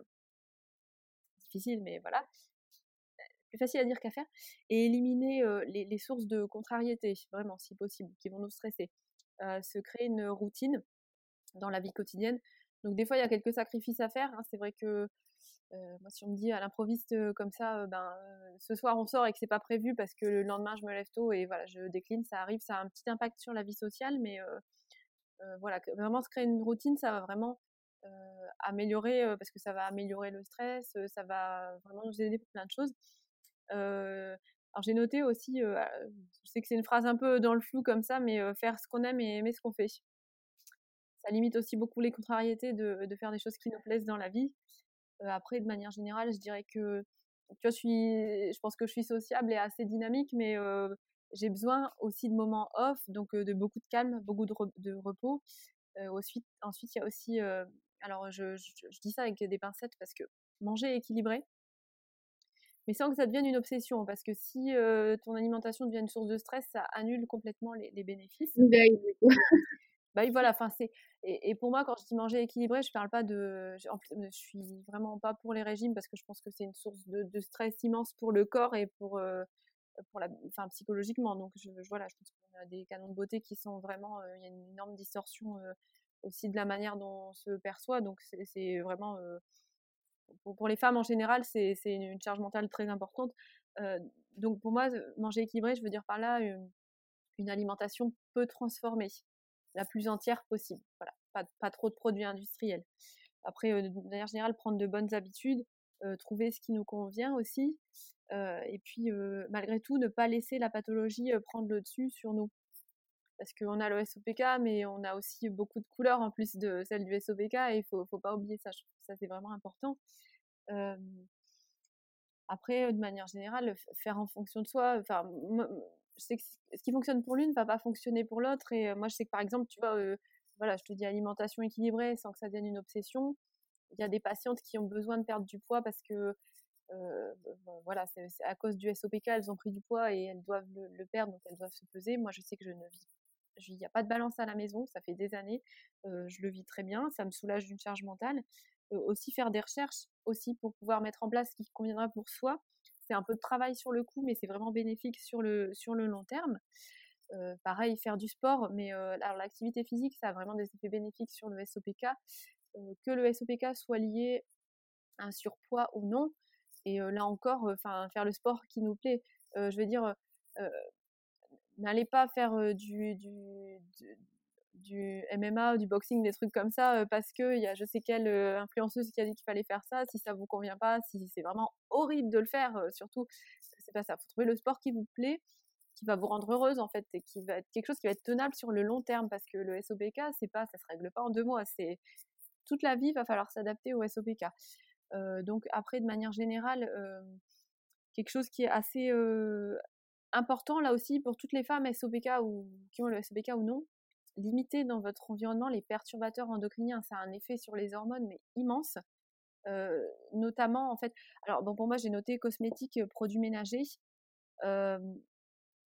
Difficile, mais voilà. Plus facile à dire qu'à faire. Et éliminer euh, les, les sources de contrariété, vraiment, si possible, qui vont nous stresser. Euh, se créer une routine dans la vie quotidienne. Donc des fois, il y a quelques sacrifices à faire. Hein. C'est vrai que euh, moi, si on me dit à l'improviste euh, comme ça, euh, ben, euh, ce soir on sort et que c'est pas prévu parce que le lendemain je me lève tôt et voilà, je décline, ça arrive, ça a un petit impact sur la vie sociale, mais euh, euh, voilà, vraiment se créer une routine, ça va vraiment euh, améliorer, euh, parce que ça va améliorer le stress, euh, ça va vraiment nous aider pour plein de choses. Euh, alors j'ai noté aussi, euh, je sais que c'est une phrase un peu dans le flou comme ça, mais euh, faire ce qu'on aime et aimer ce qu'on fait. Ça limite aussi beaucoup les contrariétés de, de faire des choses qui nous plaisent dans la vie. Euh, après, de manière générale, je dirais que tu vois, je, suis, je pense que je suis sociable et assez dynamique, mais euh, j'ai besoin aussi de moments off, donc euh, de beaucoup de calme, beaucoup de, re- de repos. Euh, ensuite, ensuite, il y a aussi, euh, alors je, je, je dis ça avec des pincettes parce que manger équilibré, mais sans que ça devienne une obsession, parce que si euh, ton alimentation devient une source de stress, ça annule complètement les, les bénéfices. Oui, du coup. Bah oui, voilà, enfin, c'est... Et, et pour moi, quand je dis manger équilibré, je parle pas de... En plus, je suis vraiment pas pour les régimes parce que je pense que c'est une source de, de stress immense pour le corps et pour, euh, pour la... Enfin, psychologiquement. Donc, je, je- voilà, je pense qu'on a des canons de beauté qui sont vraiment... euh, Il y a une énorme distorsion euh, aussi de la manière dont on se perçoit. Donc, c'est c'est vraiment... euh, pour, pour les femmes en général, c'est c'est une, une charge mentale très importante. Euh, donc, pour moi, manger équilibré, je veux dire par là une, une alimentation peu transformée, la plus entière possible. Voilà, pas, pas trop de produits industriels. Après, euh, de manière générale, prendre de bonnes habitudes, euh, trouver ce qui nous convient aussi, euh, et puis euh, malgré tout, ne pas laisser la pathologie euh, prendre le dessus sur nous. Parce qu'on a le S O P K, mais on a aussi beaucoup de couleurs en plus de celle du S O P K, et il faut, faut pas oublier ça. Je trouve que ça, c'est vraiment important. Euh, Après, de manière générale, faire en fonction de soi. Enfin, moi, je sais que ce qui fonctionne pour l'une ne va pas fonctionner pour l'autre. Et euh, moi, je sais que par exemple, tu vois, euh, voilà, je te dis alimentation équilibrée sans que ça devienne une obsession. Il y a des patientes qui ont besoin de perdre du poids parce que, euh, voilà, c'est, c'est à cause du S O P K, elles ont pris du poids et elles doivent le, le perdre, donc elles doivent se peser. Moi, je sais que je ne vis il n'y a pas de balance à la maison, ça fait des années, euh, je le vis très bien, ça me soulage d'une charge mentale. Euh, aussi faire des recherches, aussi pour pouvoir mettre en place ce qui conviendra pour soi. C'est un peu de travail sur le coup, mais c'est vraiment bénéfique sur le, sur le long terme. Euh, pareil, faire du sport, mais euh, alors, l'activité physique, ça a vraiment des effets bénéfiques sur le S O P K. Euh, que le S O P K soit lié à un surpoids ou non, et euh, là encore, enfin euh, faire le sport qui nous plaît. Euh, je veux dire, euh, n'allez pas faire euh, du, du, du, du M M A, du boxing, des trucs comme ça, euh, parce qu'il y a je sais quelle euh, influenceuse qui a dit qu'il fallait faire ça. Si ça vous convient pas, si c'est vraiment horrible de le faire, euh, surtout, c'est pas ça. Faut trouver le sport qui vous plaît, qui va vous rendre heureuse en fait, et qui va être quelque chose qui va être tenable sur le long terme, parce que le S O P K, c'est pas, ça se règle pas en deux mois. C'est toute la vie, il va falloir s'adapter au S O P K. Euh, donc après, de manière générale, euh, quelque chose qui est assez euh, important là aussi pour toutes les femmes S O P K ou qui ont le S O P K ou non, limiter dans votre environnement les perturbateurs endocriniens. Ça a un effet sur les hormones mais immense. Euh, notamment en fait, alors bon pour moi j'ai noté cosmétiques, produits ménagers. Euh,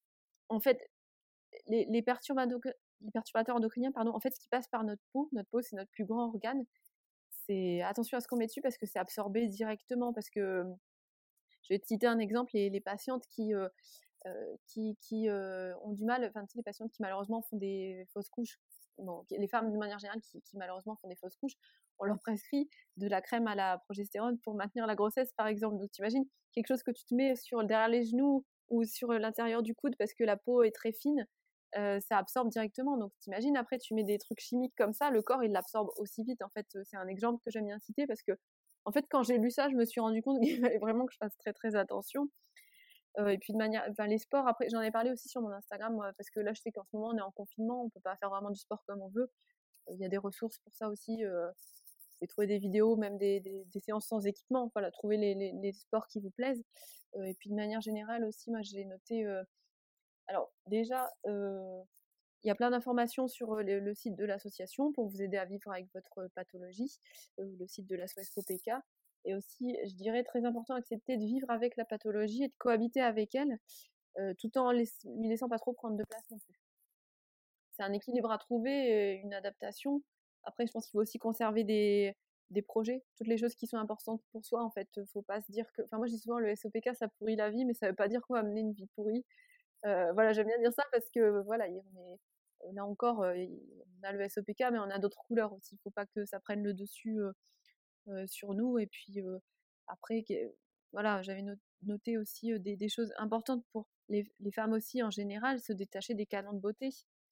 en fait, les, les, perturbateurs, les perturbateurs endocriniens, pardon, en fait, ce qui passe par notre peau, notre peau, c'est notre plus grand organe. C'est attention à ce qu'on met dessus parce que c'est absorbé directement. Parce que je vais te citer un exemple, les, les patientes qui, euh, euh, qui, qui euh, ont du mal, enfin, tu sais, les patientes qui malheureusement font des fausses couches, bon, les femmes de manière générale qui, qui malheureusement font des fausses couches, on leur prescrit de la crème à la progestérone pour maintenir la grossesse, par exemple. Donc, t'imagines quelque chose que tu te mets sur derrière les genoux ou sur l'intérieur du coude parce que la peau est très fine, euh, ça absorbe directement. Donc, t'imagines après, tu mets des trucs chimiques comme ça, le corps il l'absorbe aussi vite. En fait, c'est un exemple que j'aime bien citer parce que, en fait, quand j'ai lu ça, je me suis rendu compte qu'il fallait vraiment que je fasse très très attention. Euh, et puis de manière, enfin les sports, après j'en ai parlé aussi sur mon Instagram, moi, parce que là je sais qu'en ce moment on est en confinement, on peut pas faire vraiment du sport comme on veut. Il y a des ressources pour ça aussi. Euh, vous pouvez trouver des vidéos, même des, des, des séances sans équipement. Voilà, trouver les, les, les sports qui vous plaisent. Euh, et puis de manière générale aussi, moi j'ai noté. Euh, alors déjà, euh, il y a plein d'informations sur le, le site de l'association pour vous aider à vivre avec votre pathologie, euh, le site de la S O P K. Et aussi, je dirais, très important, accepter de vivre avec la pathologie et de cohabiter avec elle, euh, tout en ne lui laissant pas trop prendre de place non plus. C'est un équilibre à trouver, une adaptation. Après, je pense qu'il faut aussi conserver des, des projets, toutes les choses qui sont importantes pour soi, en fait. Il ne faut pas se dire que... Enfin, moi, je dis souvent, le S O P K, ça pourrit la vie, mais ça ne veut pas dire qu'on va mener une vie pourrie. Euh, voilà, j'aime bien dire ça parce que, voilà, on est... Là encore, euh, on a le S O P K, mais on a d'autres couleurs aussi. Il ne faut pas que ça prenne le dessus euh, euh, sur nous. Et puis euh, après, voilà, j'avais noté aussi euh, des, des choses importantes pour les, les femmes aussi en général, se détacher des canons de beauté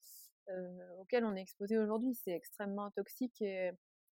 euh, auxquels on est exposé aujourd'hui. C'est extrêmement toxique. Et...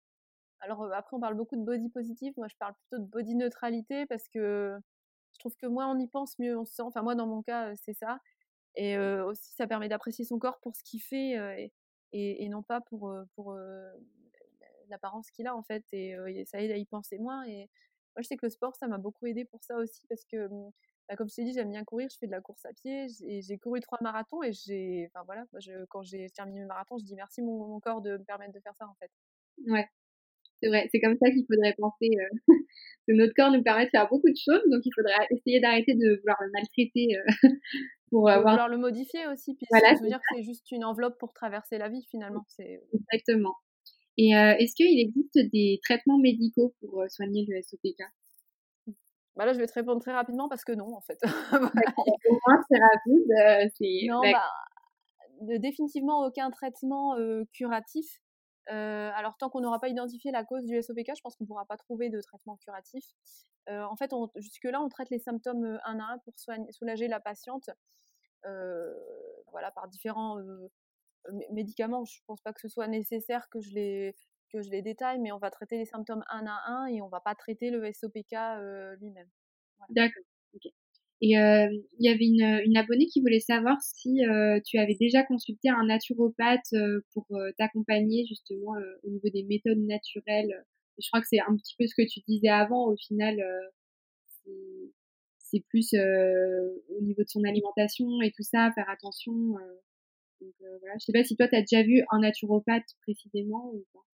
Alors euh, après, on parle beaucoup de body positive. Moi, je parle plutôt de body neutralité parce que je trouve que moins on y pense, mieux on se sent. Enfin, moi, dans mon cas, c'est ça. Et euh, aussi, ça permet d'apprécier son corps pour ce qu'il fait euh, et, et, et non pas pour, euh, pour euh, l'apparence qu'il a, en fait. Et, euh, et ça aide à y penser moins. Et moi, je sais que le sport, ça m'a beaucoup aidé pour ça aussi parce que, bah, comme je t'ai dit, j'aime bien courir. Je fais de la course à pied. J'ai, j'ai couru trois marathons et j'ai, enfin voilà, moi, je, quand j'ai terminé mes marathons, je dis merci mon, mon corps de me permettre de faire ça, en fait. Ouais, c'est vrai. C'est comme ça qu'il faudrait penser. Euh, que notre corps nous permet de faire beaucoup de choses, donc il faudrait essayer d'arrêter de vouloir le maltraiter euh, pour de avoir... vouloir le modifier aussi, puis Voilà, se dire que c'est juste une enveloppe pour traverser la vie finalement. C'est... Exactement. Et euh, est-ce qu'il existe des traitements médicaux pour euh, soigner le S O P K? Bah là, je vais te répondre très rapidement parce que non, en fait. D'accord. Au moins, c'est rapide. Euh, c'est... Non, bah, de, définitivement aucun traitement euh, curatif. Euh, alors, tant qu'on n'aura pas identifié la cause du S O P K, je pense qu'on ne pourra pas trouver de traitement curatif. Euh, en fait, on, jusque-là, on traite les symptômes un à un pour soigner, soulager la patiente euh, voilà, par différents euh, médicaments. Je ne pense pas que ce soit nécessaire que je les que je les détaille, mais on va traiter les symptômes un à un et on ne va pas traiter le S O P K euh, lui-même. Voilà. D'accord. Okay. Et il euh, y avait une, une abonnée qui voulait savoir si euh, tu avais déjà consulté un naturopathe euh, pour euh, t'accompagner justement euh, au niveau des méthodes naturelles. Je crois que c'est un petit peu ce que tu disais avant. Au final, euh, c'est, c'est plus euh, au niveau de son alimentation et tout ça, faire attention. Euh, donc euh, voilà. Je sais pas si toi, tu as déjà vu un naturopathe précisément ou pas.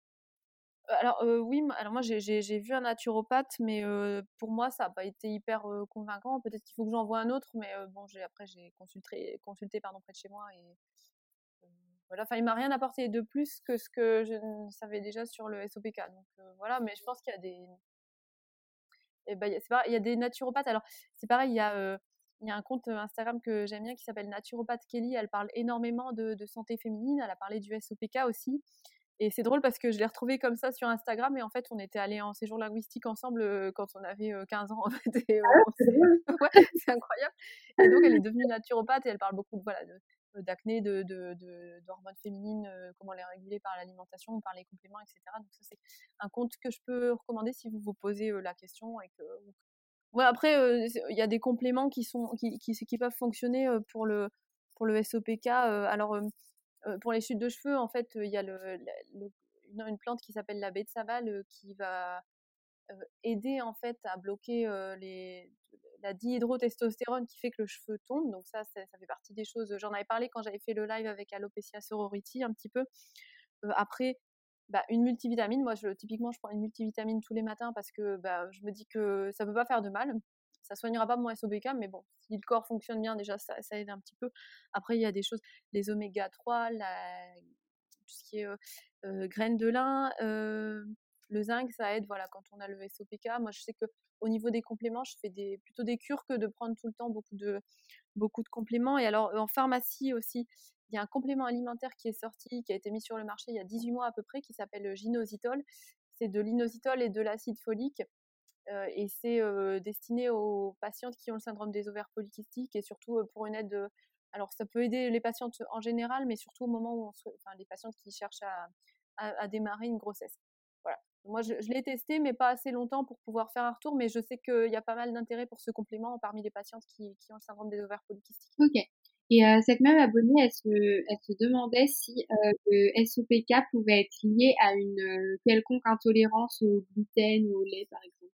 Alors euh, oui, alors moi j'ai, j'ai, j'ai vu un naturopathe, mais euh, pour moi ça n'a pas été hyper euh, convaincant. Peut-être qu'il faut que j'en voie un autre, mais euh, bon, j'ai, après j'ai consulté, consulté pardon, près de chez moi et euh, voilà. Enfin, il m'a rien apporté de plus que ce que je savais déjà sur le S O P K. Donc euh, voilà, mais je pense qu'il y a des, et ben, c'est pareil, il y a des naturopathes. Alors c'est pareil, il y a euh, il y a un compte Instagram que j'aime bien qui s'appelle Naturopathe Kelly. Elle parle énormément de, de santé féminine. Elle a parlé du S O P K aussi. Et c'est drôle parce que je l'ai retrouvée comme ça sur Instagram et en fait on était allés en séjour linguistique ensemble euh, quand on avait euh, quinze ans en fait. Et, euh, Ah, c'est ouais, c'est incroyable. Et donc elle est devenue naturopathe et elle parle beaucoup de, voilà, de, d'acné, de, de, de, d'hormones féminines, euh, comment les réguler par l'alimentation, par les compléments, et cetera. Donc ça c'est un compte que je peux recommander si vous vous posez euh, la question. Et que... ouais, après il euh, y a des compléments qui, sont, qui, qui, qui peuvent fonctionner euh, pour, le, pour le S O P K. Euh, alors euh, Euh, pour les chutes de cheveux, en fait, il euh, y a le, le, une, une plante qui s'appelle la baie de Saval euh, qui va euh, aider en fait à bloquer euh, les, la dihydrotestostérone qui fait que le cheveu tombe. Donc ça, ça, ça fait partie des choses. J'en avais parlé quand j'avais fait le live avec Alopecia sorority un petit peu. Euh, après, bah, une multivitamine. Moi, je, typiquement, je prends une multivitamine tous les matins parce que bah, je me dis que ça ne peut pas faire de mal. ça soignera pas mon S O P K, mais bon, si le corps fonctionne bien, déjà, ça, ça aide un petit peu. Après, il y a des choses, les oméga trois, la, tout ce qui est euh, euh, graines de lin, euh, le zinc, ça aide, voilà, quand on a le S O P K. Moi, je sais que au niveau des compléments, je fais des, plutôt des cures que de prendre tout le temps beaucoup de, beaucoup de compléments. Et alors, en pharmacie aussi, il y a un complément alimentaire qui est sorti, qui a été mis sur le marché il y a dix-huit mois à peu près, qui s'appelle le Ginositol. C'est de l'inositol et de l'acide folique. Euh, et c'est euh, destiné aux patientes qui ont le syndrome des ovaires polykystiques et surtout euh, pour une aide. Euh, alors, ça peut aider les patientes en général, mais surtout au moment où on se, enfin, les patientes qui cherchent à, à, à démarrer une grossesse. Voilà. Moi, je, je l'ai testé, mais pas assez longtemps pour pouvoir faire un retour, mais je sais qu'il y a pas mal d'intérêt pour ce complément parmi les patientes qui, qui ont le syndrome des ovaires polykystiques. Ok. Et euh, cette même abonnée, elle se, elle se demandait si euh, le S O P K pouvait être lié à une euh, quelconque intolérance au gluten ou au lait, par exemple.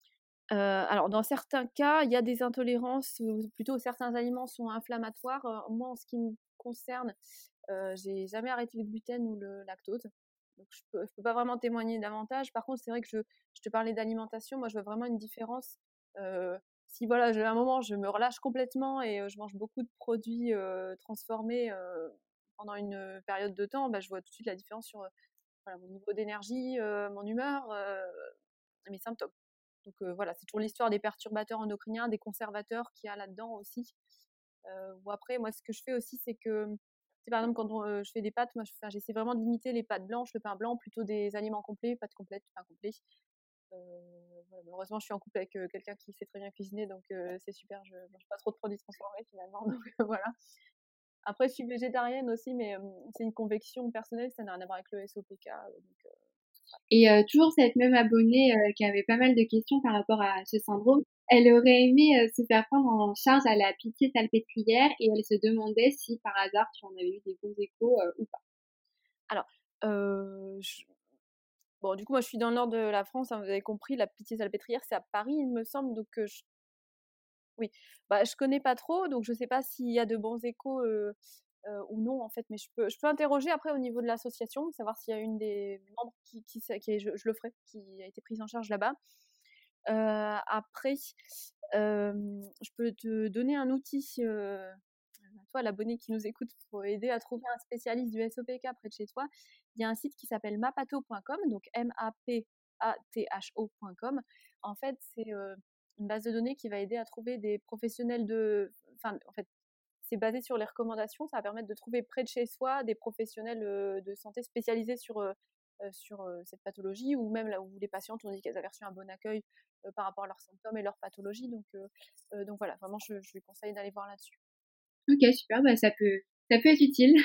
Euh, alors, dans certains cas, il y a des intolérances, ou plutôt certains aliments sont inflammatoires. Euh, moi, en ce qui me concerne, euh, j'ai jamais arrêté le gluten ou le lactose. Donc, je peux, je peux pas vraiment témoigner davantage. Par contre, c'est vrai que je, je te parlais d'alimentation. Moi, je vois vraiment une différence. Euh, si voilà, je, à un moment, je me relâche complètement et euh, je mange beaucoup de produits euh, transformés euh, pendant une période de temps, bah, je vois tout de suite la différence sur euh, voilà, mon niveau d'énergie, euh, mon humeur, euh, mes symptômes. Donc euh, voilà, c'est toujours l'histoire des perturbateurs endocriniens, des conservateurs qu'il y a là-dedans aussi. Euh, ou après, moi, ce que je fais aussi, c'est que, par exemple, quand on, euh, je fais des pâtes, moi, je, enfin, j'essaie vraiment de limiter les pâtes blanches, le pain blanc, plutôt des aliments complets, pâtes complètes, pain complet. Euh, voilà, malheureusement, je suis en couple avec euh, quelqu'un qui sait très bien cuisiner, donc euh, c'est super. Je ne mange pas trop de produits transformés finalement, donc euh, voilà. Après, je suis végétarienne aussi, mais euh, c'est une conviction personnelle, ça n'a rien à voir avec le S O P K. Euh, donc, euh, Et euh, toujours cette même abonnée euh, qui avait pas mal de questions par rapport à ce syndrome, elle aurait aimé euh, se faire prendre en charge à la pitié salpêtrière et elle se demandait si par hasard tu en avais eu des bons échos euh, ou pas. Alors, euh, je, bon, du coup, moi, je suis dans le nord de la France, hein, vous avez compris, la Pitié-Salpêtrière, c'est à Paris, il me semble, donc euh, je... oui, bah, je connais pas trop, donc je sais pas s'il y a de bons échos euh, euh, ou non, en fait, mais je peux, je peux interroger après au niveau de l'association, savoir s'il y a une des membres qui, qui, qui est, je, je le ferai, qui a été prise en charge là-bas. Euh, après, euh, je peux te donner un outil, euh, toi, l'abonné qui nous écoute, pour aider à trouver un spécialiste du S O P K près de chez toi. Il y a un site qui s'appelle mapato point com, donc M A P A T H O point com. En fait, c'est euh, une base de données qui va aider à trouver des professionnels de... Enfin, en fait, c'est basé sur les recommandations. Ça va permettre de trouver près de chez soi des professionnels euh, de santé spécialisés sur, euh, euh, sur euh, cette pathologie, ou même là où les patientes ont dit qu'elles avaient reçu un bon accueil euh, par rapport à leurs symptômes et leurs pathologies. Donc, euh, euh, donc voilà, vraiment, je, je lui conseille d'aller voir là-dessus. Ok, super, bah ça peut, ça peut être utile.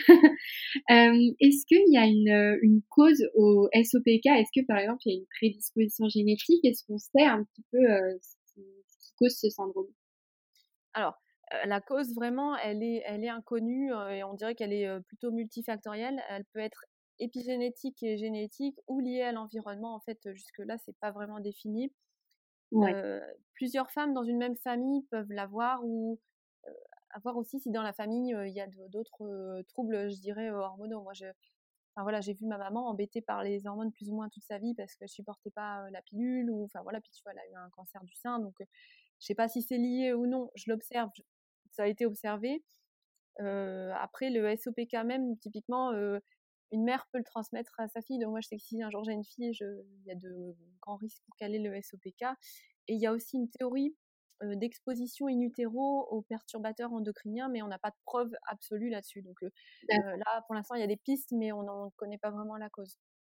euh, est-ce qu'il y a une, euh, une cause au S O P K? Est-ce que par exemple il y a une prédisposition génétique? Est-ce qu'on sait un petit peu euh, ce, qui, ce qui cause ce syndrome? Alors, euh, la cause vraiment, elle est, elle est inconnue euh, et on dirait qu'elle est euh, plutôt multifactorielle. Elle peut être épigénétique et génétique ou liée à l'environnement. En fait, jusque-là, c'est pas vraiment défini. Ouais. Euh, plusieurs femmes dans une même famille peuvent l'avoir ou euh, avoir aussi si dans la famille euh, il y a d'autres euh, troubles, je dirais, euh, hormonaux. Moi, je, enfin, voilà, j'ai vu ma maman embêtée par les hormones plus ou moins toute sa vie parce qu'elle supportait pas euh, la pilule ou enfin voilà, puis tu vois, elle a eu un cancer du sein, donc euh, je sais pas si c'est lié ou non. Je l'observe, je- ça a été observé. Euh, après, le S O P K même, typiquement, euh, une mère peut le transmettre à sa fille. Donc moi, je sais que si un jour j'ai une fille, je... il y a de grands risques pour qu'elle ait le S O P K. Et il y a aussi une théorie euh, d'exposition in utero aux perturbateurs endocriniens, mais on n'a pas de preuve absolue là-dessus. Donc euh, euh, là, pour l'instant, il y a des pistes, mais on n'en connaît pas vraiment la cause.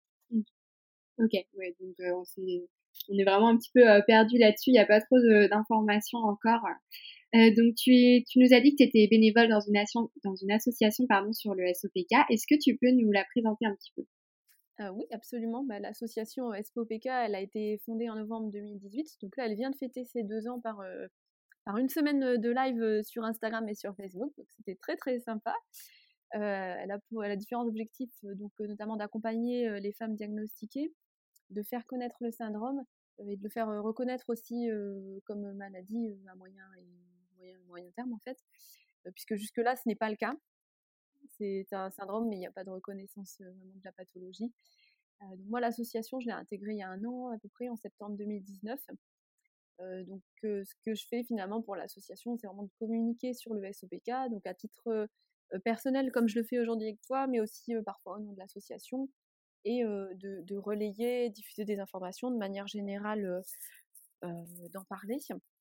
Ok, ouais, donc euh, on, s'est- on est vraiment un petit peu euh, perdu là-dessus, il n'y a pas trop de- d'informations encore. Euh, donc tu, es, tu nous as dit que tu étais bénévole dans une, asso- dans une association pardon, sur le S O P K. Est-ce que tu peux nous la présenter un petit peu? Euh, oui, absolument. Bah, l'association S P O P K, elle a été fondée en novembre deux mille dix-huit. Donc là, elle vient de fêter ses deux ans par, euh, par une semaine de live euh, sur Instagram et sur Facebook. Donc c'était très très sympa. Euh, elle, a pour, elle a différents objectifs, euh, donc euh, notamment d'accompagner euh, les femmes diagnostiquées, de faire connaître le syndrome euh, et de le faire euh, reconnaître aussi euh, comme maladie euh, à moyen et moyen, moyen terme en fait, euh, puisque jusque-là ce n'est pas le cas. C'est un syndrome, mais il n'y a pas de reconnaissance euh, vraiment de la pathologie. Euh, donc moi, l'association, je l'ai intégrée il y a un an à peu près, en septembre deux mille dix-neuf. Euh, donc euh, ce que je fais finalement pour l'association, c'est vraiment de communiquer sur le S O P K, donc à titre euh, personnel comme je le fais aujourd'hui avec toi, mais aussi euh, parfois au nom de l'association, et euh, de, de relayer, diffuser des informations de manière générale, euh, euh, d'en parler.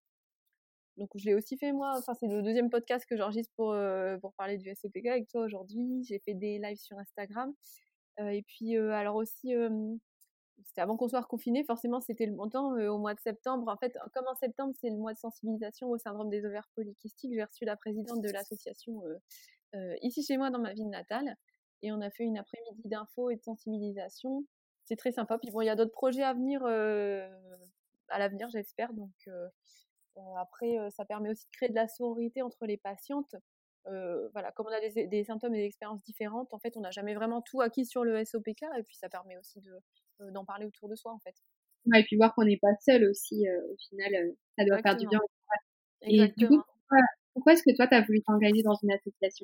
Donc je l'ai aussi fait moi, enfin c'est le deuxième podcast que j'enregistre pour, euh, pour parler du S O P K avec toi aujourd'hui. J'ai fait des lives sur Instagram. Euh, et puis euh, alors aussi, euh, c'était avant qu'on soit reconfinés, forcément c'était le bon temps, euh, au mois de septembre. En fait, comme en septembre c'est le mois de sensibilisation au syndrome des ovaires polykystiques, j'ai reçu la présidente de l'association euh, euh, ici chez moi dans ma ville natale. Et on a fait une après-midi d'infos et de sensibilisation. C'est très sympa. Puis bon, il y a d'autres projets à venir, euh, à l'avenir j'espère. Donc euh, euh, après, euh, ça permet aussi de créer de la sororité entre les patientes. Euh, voilà, comme on a des, des symptômes et des expériences différentes, en fait, on n'a jamais vraiment tout acquis sur le S O P K, et puis ça permet aussi de, euh, d'en parler autour de soi, en fait. Ouais, et puis voir qu'on n'est pas seul aussi, euh, au final, euh, ça doit faire du bien. Exactement. Et du coup, Exactement. pourquoi, pourquoi est-ce que toi, tu as voulu t'engager dans une association?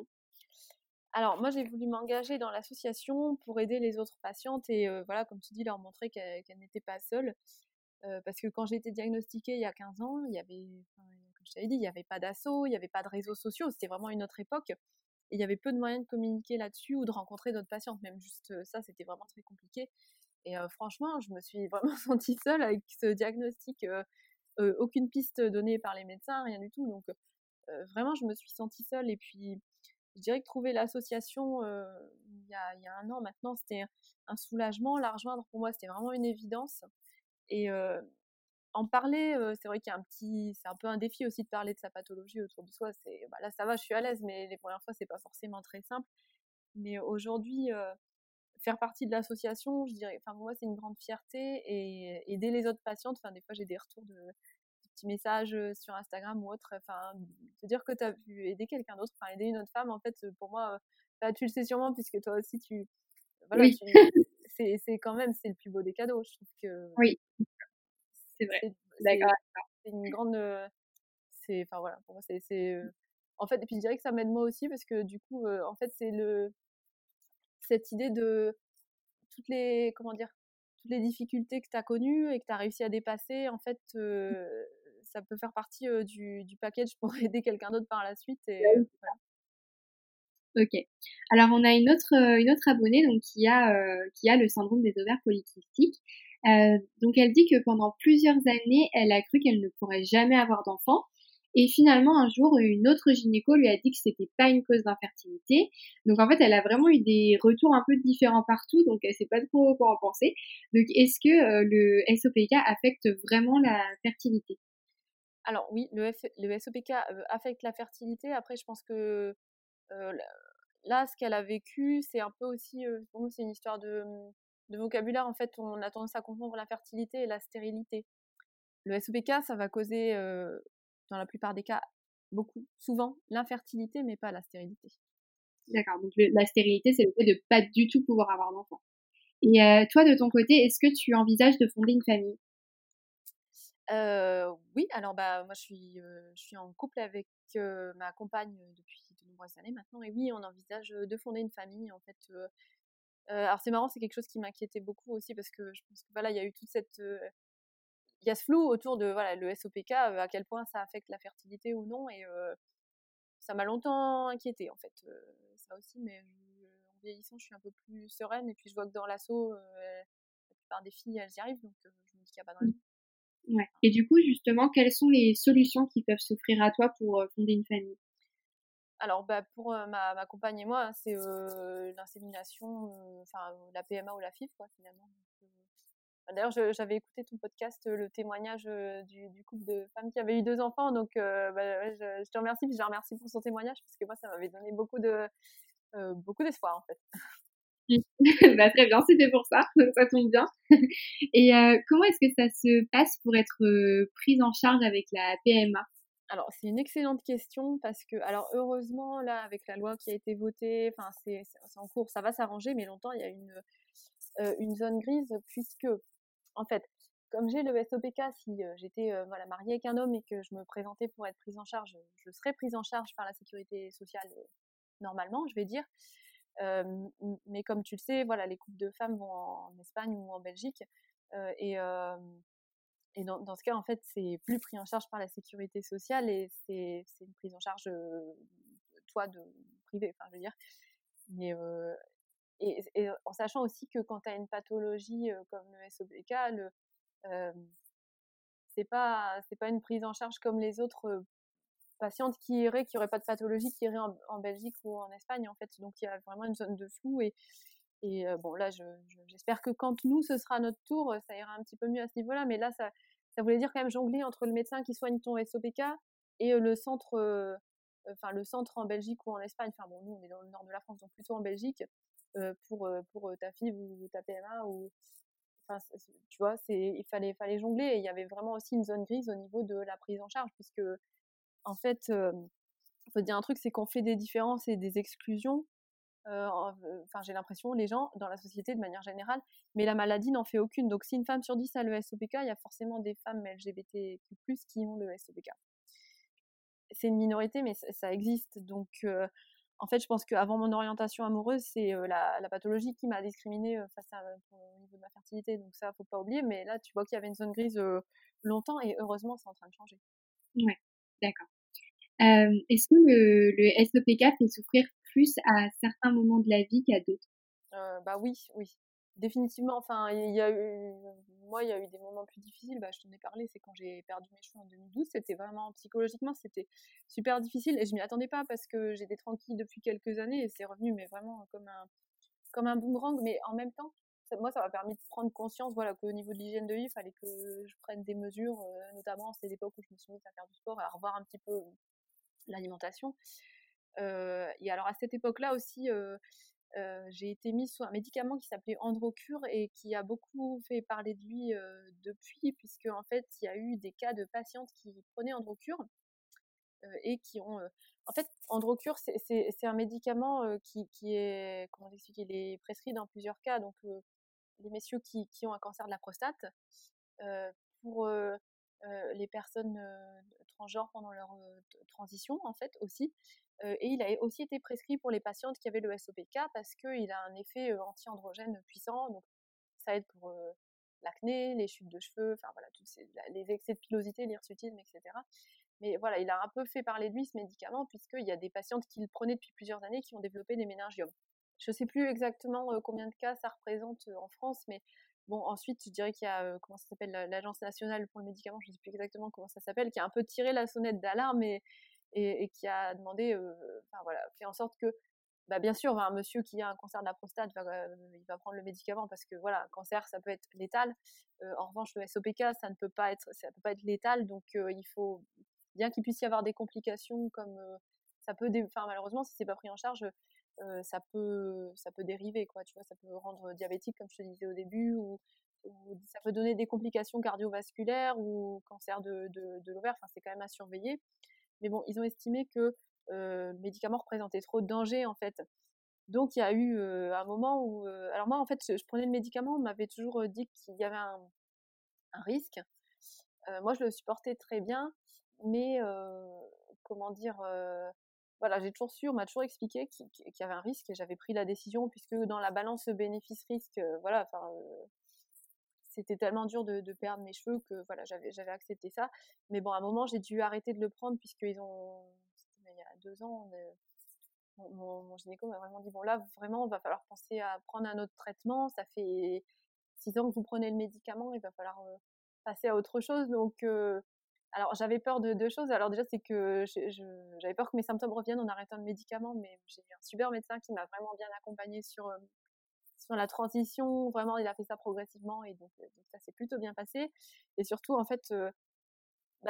Alors, moi, j'ai voulu m'engager dans l'association pour aider les autres patientes et, euh, voilà, comme tu dis, leur montrer qu'elles, qu'elles n'étaient pas seules. Euh, parce que quand j'ai été diagnostiquée il y a quinze ans, il y avait, enfin, comme je t'avais dit, il n'y avait pas d'asso, il n'y avait pas de réseaux sociaux, c'était vraiment une autre époque. Et il y avait peu de moyens de communiquer là-dessus ou de rencontrer d'autres patientes. Même juste euh, ça, c'était vraiment très compliqué. Et euh, franchement, je me suis vraiment sentie seule avec ce diagnostic. Euh, euh, aucune piste donnée par les médecins, rien du tout. Donc, euh, vraiment, je me suis sentie seule. Et puis, je dirais que trouver l'association euh, il, y a, il y a un an maintenant, c'était un soulagement. La rejoindre, pour moi, c'était vraiment une évidence. Et euh, en parler, euh, c'est vrai qu'il y a un petit, c'est un peu un défi aussi de parler de sa pathologie autour de soi. C'est, bah là, ça va, je suis à l'aise, mais les premières fois, c'est pas forcément très simple. Mais aujourd'hui, euh, faire partie de l'association, je dirais, enfin, pour moi, c'est une grande fierté, et aider les autres patientes. Enfin, des fois, j'ai des retours de, de petits messages sur Instagram ou autre. Enfin, te dire que tu as pu aider quelqu'un d'autre, enfin, aider une autre femme, en fait, pour moi, bah, tu le sais sûrement, puisque toi aussi, tu, voilà, Oui, tu, c'est, c'est quand même, c'est le plus beau des cadeaux. Je trouve que oui, c'est vrai. c'est, D'accord. c'est, c'est une grande, c'est, enfin voilà, pour moi, c'est, c'est, euh, en fait, et puis je dirais que ça m'aide moi aussi, parce que du coup, euh, en fait, c'est le, cette idée de toutes les, comment dire, toutes les difficultés que tu as connues et que tu as réussi à dépasser, en fait, euh, ça peut faire partie euh, du, du package pour aider quelqu'un d'autre par la suite. Et euh, voilà. Ok. Alors on a une autre euh, une autre abonnée donc qui a euh, qui a le syndrome des ovaires polykystiques. Euh, donc elle dit que pendant plusieurs années, elle a cru qu'elle ne pourrait jamais avoir d'enfant. Et finalement, un jour, une autre gynéco lui a dit que c'était pas une cause d'infertilité. Donc en fait, elle a vraiment eu des retours un peu différents partout, donc elle sait pas trop quoi en penser. Donc est-ce que euh, le S O P K affecte vraiment la fertilité? Alors oui, le, F- le S O P K euh, affecte la fertilité. Après, je pense que euh, là, ce qu'elle a vécu, c'est un peu aussi, euh, pour nous, c'est une histoire de, de vocabulaire. En fait, on a tendance à confondre la fertilité et la stérilité. Le S O P K, ça va causer, euh, dans la plupart des cas, beaucoup, souvent, l'infertilité, mais pas la stérilité. D'accord. Donc le- la stérilité, c'est le fait de pas du tout pouvoir avoir d'enfant. Et euh, toi, de ton côté, est-ce que tu envisages de fonder une famille? Euh, oui, alors bah moi je suis, euh, je suis en couple avec euh, ma compagne depuis de nombreuses années maintenant, et oui, on envisage de fonder une famille en fait. Euh, euh, alors c'est marrant, c'est quelque chose qui m'inquiétait beaucoup aussi, parce que je pense que voilà, il y a eu toute cette, euh, il y a ce flou autour de voilà le S O P K, euh, à quel point ça affecte la fertilité ou non, et euh, ça m'a longtemps inquiétée en fait, euh, ça aussi, mais je- en vieillissant, je suis un peu plus sereine, et puis je vois que dans l'asso, euh, la plupart des filles elles y arrivent, donc euh, je me dis qu'il n'y a pas de raison. Ouais. Et du coup, justement, quelles sont les solutions qui peuvent s'offrir à toi pour euh, fonder une famille? Alors, bah, pour euh, ma, ma compagne et moi, c'est euh, l'insémination, euh, enfin euh, la P M A ou la F I V, quoi, finalement. Donc, euh, d'ailleurs, je- j'avais écouté ton podcast, euh, le témoignage euh, du, du couple de femmes qui avaient eu deux enfants. Donc, euh, bah, ouais, je, je te remercie, puis je la remercie pour son témoignage, parce que moi, ça m'avait donné beaucoup de, euh, beaucoup d'espoir, en fait. Mm. Bah, très bien, c'était pour ça, ça tombe bien. Et euh, comment est-ce que ça se passe pour être euh, prise en charge avec la P M A? Alors, c'est une excellente question, parce que, alors, heureusement, là, avec la loi qui a été votée, enfin, c'est c'est en cours, ça va s'arranger, mais longtemps, il y a une, euh, une zone grise, puisque, en fait, comme j'ai le S O P K, si euh, j'étais euh, voilà, mariée avec un homme et que je me présentais pour être prise en charge, je serais prise en charge par la sécurité sociale, euh, normalement, je vais dire. Euh, mais comme tu le sais, voilà, les couples de femmes vont en Espagne ou en Belgique, euh, et, euh, et dans, dans ce cas, en fait, c'est plus pris en charge par la sécurité sociale et c'est, c'est une prise en charge, euh, toi, de privé, enfin, je veux dire. Mais, euh, et, et en sachant aussi que quand tu as une pathologie euh, comme le S O P K, le, euh, c'est pas, c'est pas une prise en charge comme les autres euh, patientes qui iraient, qui n'auraient pas de pathologie, qui iraient en, en Belgique ou en Espagne, en fait. Donc, il y a vraiment une zone de flou et, et euh, bon, là, je, je, j'espère que quand nous, ce sera notre tour, ça ira un petit peu mieux à ce niveau-là. Mais là, ça, ça voulait dire quand même jongler entre le médecin qui soigne ton S O P K et euh, le centre, euh, enfin le centre en Belgique ou en Espagne. Enfin bon, nous, on est dans le nord de la France, donc plutôt en Belgique euh, pour euh, pour ta F I V ou ta P M A ou, enfin, tu vois, c'est il fallait fallait jongler. Et il y avait vraiment aussi une zone grise au niveau de la prise en charge, puisque en fait, euh, faut dire un truc, c'est qu'on fait des différences et des exclusions. Euh, enfin, j'ai l'impression, les gens, dans la société de manière générale, mais la maladie n'en fait aucune. Donc, si une femme sur dix a le S O P K, il y a forcément des femmes L G B T Q plus, qui ont le S O P K. C'est une minorité, mais ça, ça existe. Donc, euh, en fait, je pense qu'avant mon orientation amoureuse, c'est euh, la, la pathologie qui m'a discriminée euh, face à, pour, au niveau de ma fertilité. Donc, ça, faut pas oublier. Mais là, tu vois qu'il y avait une zone grise euh, longtemps et heureusement, c'est en train de changer. Ouais, d'accord. Euh, est-ce que le, le S O P K fait souffrir plus à certains moments de la vie qu'à d'autres? Euh, bah oui, oui, définitivement. Enfin, il y a eu, moi, il y a eu des moments plus difficiles. Bah, je t'en ai parlé, c'est quand j'ai perdu mes cheveux en deux mille douze. C'était vraiment psychologiquement, c'était super difficile et je m'y attendais pas parce que j'étais tranquille depuis quelques années et c'est revenu, mais vraiment comme un, comme un boomerang. Mais en même temps, ça, moi, ça m'a permis de prendre conscience, voilà, qu'au niveau de l'hygiène de vie, il fallait que je prenne des mesures, euh, notamment c'est l'époque où je me suis mise à faire du sport et à revoir un petit peu l'alimentation. Euh, et alors à cette époque-là aussi. Euh, euh, j'ai été mise sous un médicament qui s'appelait Androcur et qui a beaucoup fait parler de lui euh, depuis, puisque en fait il y a eu des cas de patientes qui prenaient Androcur euh, et qui ont euh, en fait Androcur c'est, c'est, c'est un médicament euh, qui, qui est, comment expliquer, il est prescrit dans plusieurs cas. Donc euh, les messieurs qui, qui ont un cancer de la prostate, euh, pour euh, euh, les personnes euh, transgenres pendant leur euh, transition en fait aussi. Euh, et il a aussi été prescrit pour les patientes qui avaient le S O P K parce qu'il a un effet euh, anti-androgène puissant. Donc ça aide pour euh, l'acné, les chutes de cheveux, enfin voilà, tous ces, les excès de pilosité, l'hirsutisme, et cetera. Mais voilà, il a un peu fait parler de lui ce médicament puisqu'il y a des patientes qui le prenaient depuis plusieurs années qui ont développé des méningiomes. Je ne sais plus exactement euh, combien de cas ça représente euh, en France, mais bon, ensuite, je dirais qu'il y a, euh, comment ça s'appelle, l'Agence nationale pour le médicament, je ne sais plus exactement comment ça s'appelle, qui a un peu tiré la sonnette d'alarme et, et, et qui a demandé, euh, enfin voilà, fait en sorte que, bah, bien sûr, un monsieur qui a un cancer de la prostate, va, euh, il va prendre le médicament parce que voilà, un cancer, ça peut être létal. Euh, en revanche, le S O P K, ça ne peut pas être, ça peut pas être létal, donc euh, il faut bien qu'il puisse y avoir des complications comme euh, ça peut, dé... enfin malheureusement, si c'est pas pris en charge, euh, ça peut, ça peut dériver, quoi. Tu vois, ça peut rendre diabétique, comme je te disais au début, ou, ou ça peut donner des complications cardiovasculaires ou cancer de, de, de l'ovaire. Enfin, c'est quand même à surveiller. Mais bon, ils ont estimé que euh, le médicament représentait trop de danger, en fait. Donc, il y a eu euh, un moment où... Euh, alors moi, en fait, je, je prenais le médicament, on m'avait toujours dit qu'il y avait un, un risque. Euh, moi, je le supportais très bien, mais euh, comment dire, euh, voilà, j'ai toujours su, on m'a toujours expliqué qu'il, qu'il y avait un risque et j'avais pris la décision puisque dans la balance bénéfice-risque, euh, voilà, enfin, euh, c'était tellement dur de, de perdre mes cheveux que voilà, j'avais, j'avais accepté ça. Mais bon, à un moment, j'ai dû arrêter de le prendre puisqu'ils ont, c'était il y a deux ans, on, mon, mon, mon gynéco m'a vraiment dit bon là, vraiment, il va falloir penser à prendre un autre traitement. Ça fait six ans que vous prenez le médicament, il va falloir euh, passer à autre chose. Donc, euh, alors j'avais peur de deux choses. Alors déjà, c'est que je, je, j'avais peur que mes symptômes reviennent en arrêtant le médicament, mais j'ai un super médecin qui m'a vraiment bien accompagnée sur, euh, sur la transition. Vraiment, il a fait ça progressivement et donc, euh, donc ça s'est plutôt bien passé. Et surtout, en fait, euh, bah,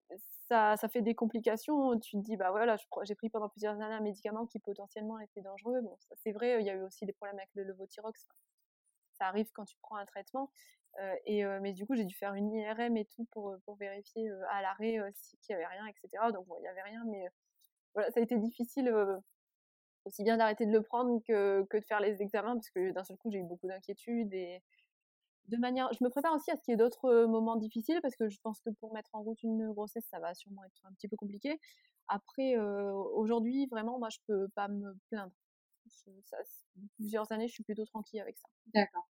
ça, ça fait des complications. Tu te dis, bah voilà, je, j'ai pris pendant plusieurs années un médicament qui potentiellement était dangereux. Bon, ça, c'est vrai, il y a eu aussi des problèmes avec le levothyrox. Enfin, ça arrive quand tu prends un traitement. Euh, et, euh, mais du coup, j'ai dû faire une I R M et tout pour, pour vérifier euh, à l'arrêt euh, si, qu'il n'y avait rien, et cetera. Donc, bon, il n'y avait rien, mais euh, voilà, ça a été difficile euh, aussi bien d'arrêter de le prendre que, que de faire les examens parce que d'un seul coup, j'ai eu beaucoup d'inquiétudes et de manière, je me prépare aussi à ce qu'il y ait d'autres moments difficiles parce que je pense que pour mettre en route une grossesse, ça va sûrement être un petit peu compliqué. Après, euh, aujourd'hui, vraiment, moi, je peux pas me plaindre. Ça, plusieurs années, je suis plutôt tranquille avec ça. D'accord.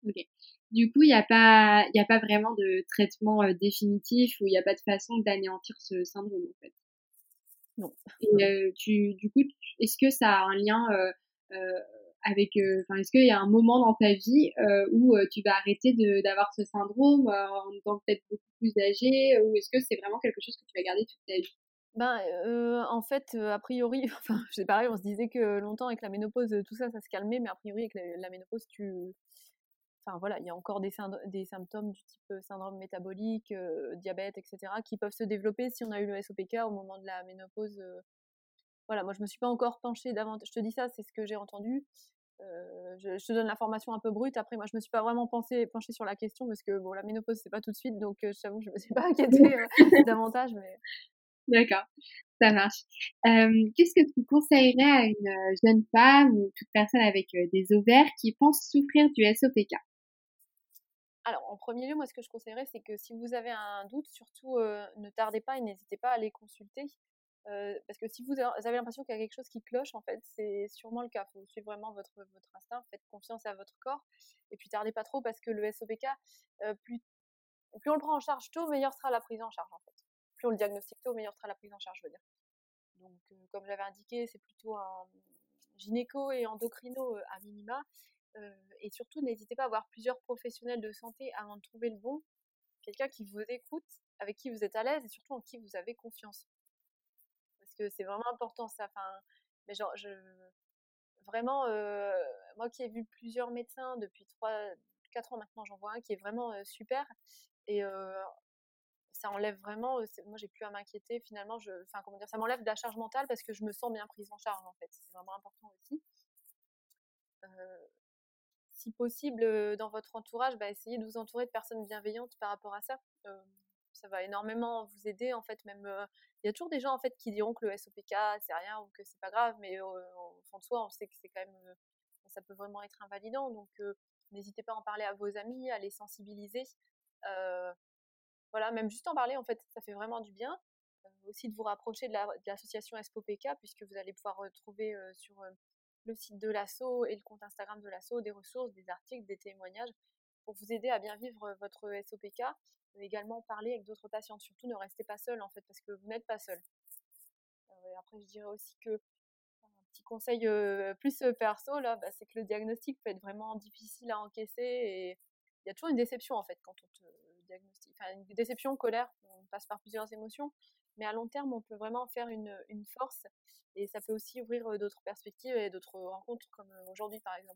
Ok. Du coup, il n'y a pas, il y a pas vraiment de traitement euh, définitif ou il n'y a pas de façon d'anéantir ce syndrome en fait. Non. Et euh, tu, du coup, tu- est-ce que ça a un lien euh, euh, avec, euh, enfin, est-ce qu'il y a un moment dans ta vie euh, où euh, tu vas arrêter de d'avoir ce syndrome euh, en étant peut-être beaucoup plus âgé, ou est-ce que c'est vraiment quelque chose que tu vas garder toute ta vie? Ben, heu, en fait, heu, a priori, enfin, c'est pareil, on se disait que longtemps avec la ménopause, heu, tout ça, ça se calmait, mais a priori avec la la ménopause, tu enfin voilà, il y a encore des synd des symptômes du type, heu, syndrome métabolique, heu, diabète et cetera, qui peuvent se développer si on a eu le S O P K au moment de la ménopause, heu, voilà, moi je me suis pas encore penchée davantage. Je te dis ça, c'est ce que j'ai entendu. Heu, je je te donne l'information un peu brute. Après moi je me suis pas vraiment pensée penchée sur la question parce que bon, la ménopause c'est pas tout de suite, donc heu, je t'avoue que je me suis pas inquiétée, heu, davantage, mais D'accord, ça marche. Euh, qu'est-ce que tu conseillerais à une euh, jeune femme ou toute personne avec euh, des ovaires qui pense souffrir du S O P K? alors, en premier lieu, moi, ce que je conseillerais, c'est que si vous avez un doute, surtout, euh, ne tardez pas et n'hésitez pas à aller consulter. Euh, parce que si vous avez l'impression qu'il y a quelque chose qui cloche, en fait, c'est sûrement le cas. Il faut suivre vraiment votre, votre instinct, faites confiance à votre corps. Et puis, tardez pas trop parce que le S O P K, euh, plus, plus on le prend en charge tôt, meilleure sera la prise en charge, en fait. Plus on le diagnostique tôt, meilleure sera la prise en charge, je veux dire. Donc, euh, comme j'avais indiqué, c'est plutôt un gynéco et endocrino euh, à minima. Euh, et surtout, n'hésitez pas à avoir plusieurs professionnels de santé avant de trouver le bon. Quelqu'un qui vous écoute, avec qui vous êtes à l'aise et surtout en qui vous avez confiance. Parce que c'est vraiment important ça. Enfin, mais genre, je, vraiment, euh, moi qui ai vu plusieurs médecins depuis trois, quatre ans maintenant, j'en vois un qui est vraiment euh, super. Et euh, ça enlève vraiment, euh, moi j'ai plus à m'inquiéter finalement. Je, enfin, comment dire, ça m'enlève de la charge mentale parce que je me sens bien prise en charge en fait. C'est vraiment important aussi. Euh, Si possible, euh, dans votre entourage, bah, essayez de vous entourer de personnes bienveillantes par rapport à ça. Euh, ça va énormément vous aider en fait. Même, euh, il y a toujours des gens en fait qui diront que le S O P K c'est rien ou que c'est pas grave, mais euh, au fond de soi, on sait que c'est quand même, euh, ça peut vraiment être invalidant. Donc, euh, n'hésitez pas à en parler à vos amis, à les sensibiliser. Euh, voilà, même juste en parler en fait, ça fait vraiment du bien. Euh, aussi de vous rapprocher de, la, de l'association S P O P K puisque vous allez pouvoir retrouver euh, sur euh, le site de l'asso et le compte Instagram de l'asso des ressources, des articles, des témoignages pour vous aider à bien vivre votre S O P K, mais également parler avec d'autres patientes. Surtout, ne restez pas seul en fait, parce que vous n'êtes pas seul. Euh, après, je dirais aussi que un petit conseil euh, plus euh, perso, là, bah, c'est que le diagnostic peut être vraiment difficile à encaisser et il y a toujours une déception en fait quand on te diagnostique. Enfin, une déception, colère, on passe par plusieurs émotions, mais à long terme, on peut vraiment faire une, une force et ça peut aussi ouvrir euh, d'autres perspectives et d'autres rencontres comme euh, aujourd'hui par exemple.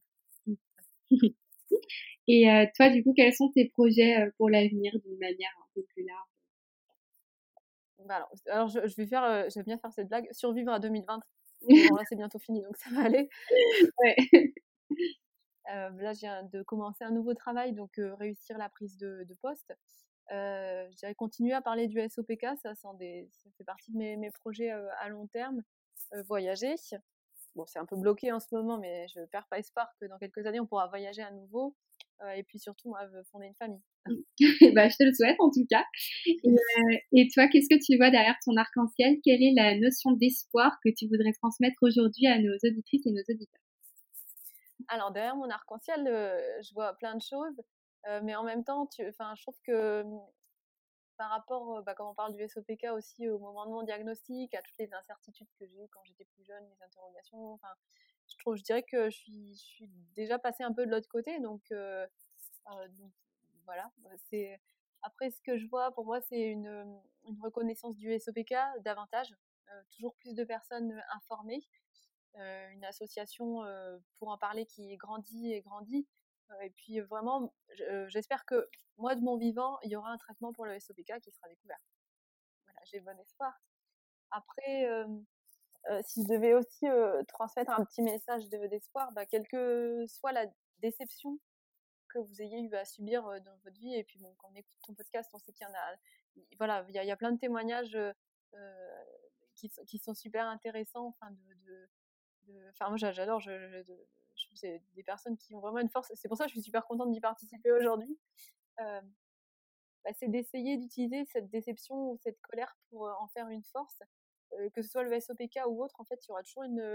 Et euh, toi, du coup, quels sont tes projets euh, pour l'avenir d'une manière un peu plus large? Bah alors, alors je, je vais faire, euh, j'aime bien faire cette blague, survivre à deux mille vingt. Mais bon, là, c'est bientôt fini, donc ça va aller. Ouais. Euh, là, je viens de commencer un nouveau travail, donc euh, réussir la prise de, de poste. Euh, je dirais continuer à parler du S O P K, ça, des, ça fait partie de mes, mes projets euh, à long terme. Euh, voyager. Bon, c'est un peu bloqué en ce moment, mais je ne perds pas espoir que dans quelques années, on pourra voyager à nouveau. Euh, et puis surtout, moi, fonder une famille. Bah, je te le souhaite en tout cas. Et, euh, et toi, qu'est-ce que tu vois derrière ton arc-en-ciel? Quelle est la notion d'espoir que tu voudrais transmettre aujourd'hui à nos auditrices et nos auditeurs? Alors, derrière mon arc-en-ciel, euh, je vois plein de choses. Euh, mais en même temps, tu, je trouve que par rapport, euh, bah, quand on parle du S O P K aussi, au moment de mon diagnostic, à toutes les incertitudes que j'ai eues quand j'étais plus jeune, les interrogations, enfin, je trouve, je dirais que je suis, je suis déjà passée un peu de l'autre côté, donc, euh, euh, donc voilà. C'est après ce que je vois, pour moi, c'est une, une reconnaissance du S O P K davantage, euh, toujours plus de personnes informées, euh, une association euh, pour en parler qui grandit et grandit. Euh, et puis vraiment, j'espère que moi, de mon vivant, il y aura un traitement pour le S O P K qui sera découvert. Voilà, j'ai bon espoir. Après, euh, euh, si je devais aussi euh, transmettre un petit message de, d'espoir, bah, quelle que soit la déception que vous ayez eu à subir euh, dans votre vie, et puis bon, quand on écoute ton podcast, on sait qu'il y en a, voilà, il y a, il y a plein de témoignages euh, qui, qui sont super intéressants, enfin de, de enfin moi j'adore, je, je, je, je c'est des personnes qui ont vraiment une force, c'est pour ça que je suis super contente d'y participer aujourd'hui. Euh, bah, c'est d'essayer d'utiliser cette déception ou cette colère pour euh, en faire une force, euh, que ce soit le S O P K ou autre, en fait il y aura toujours une,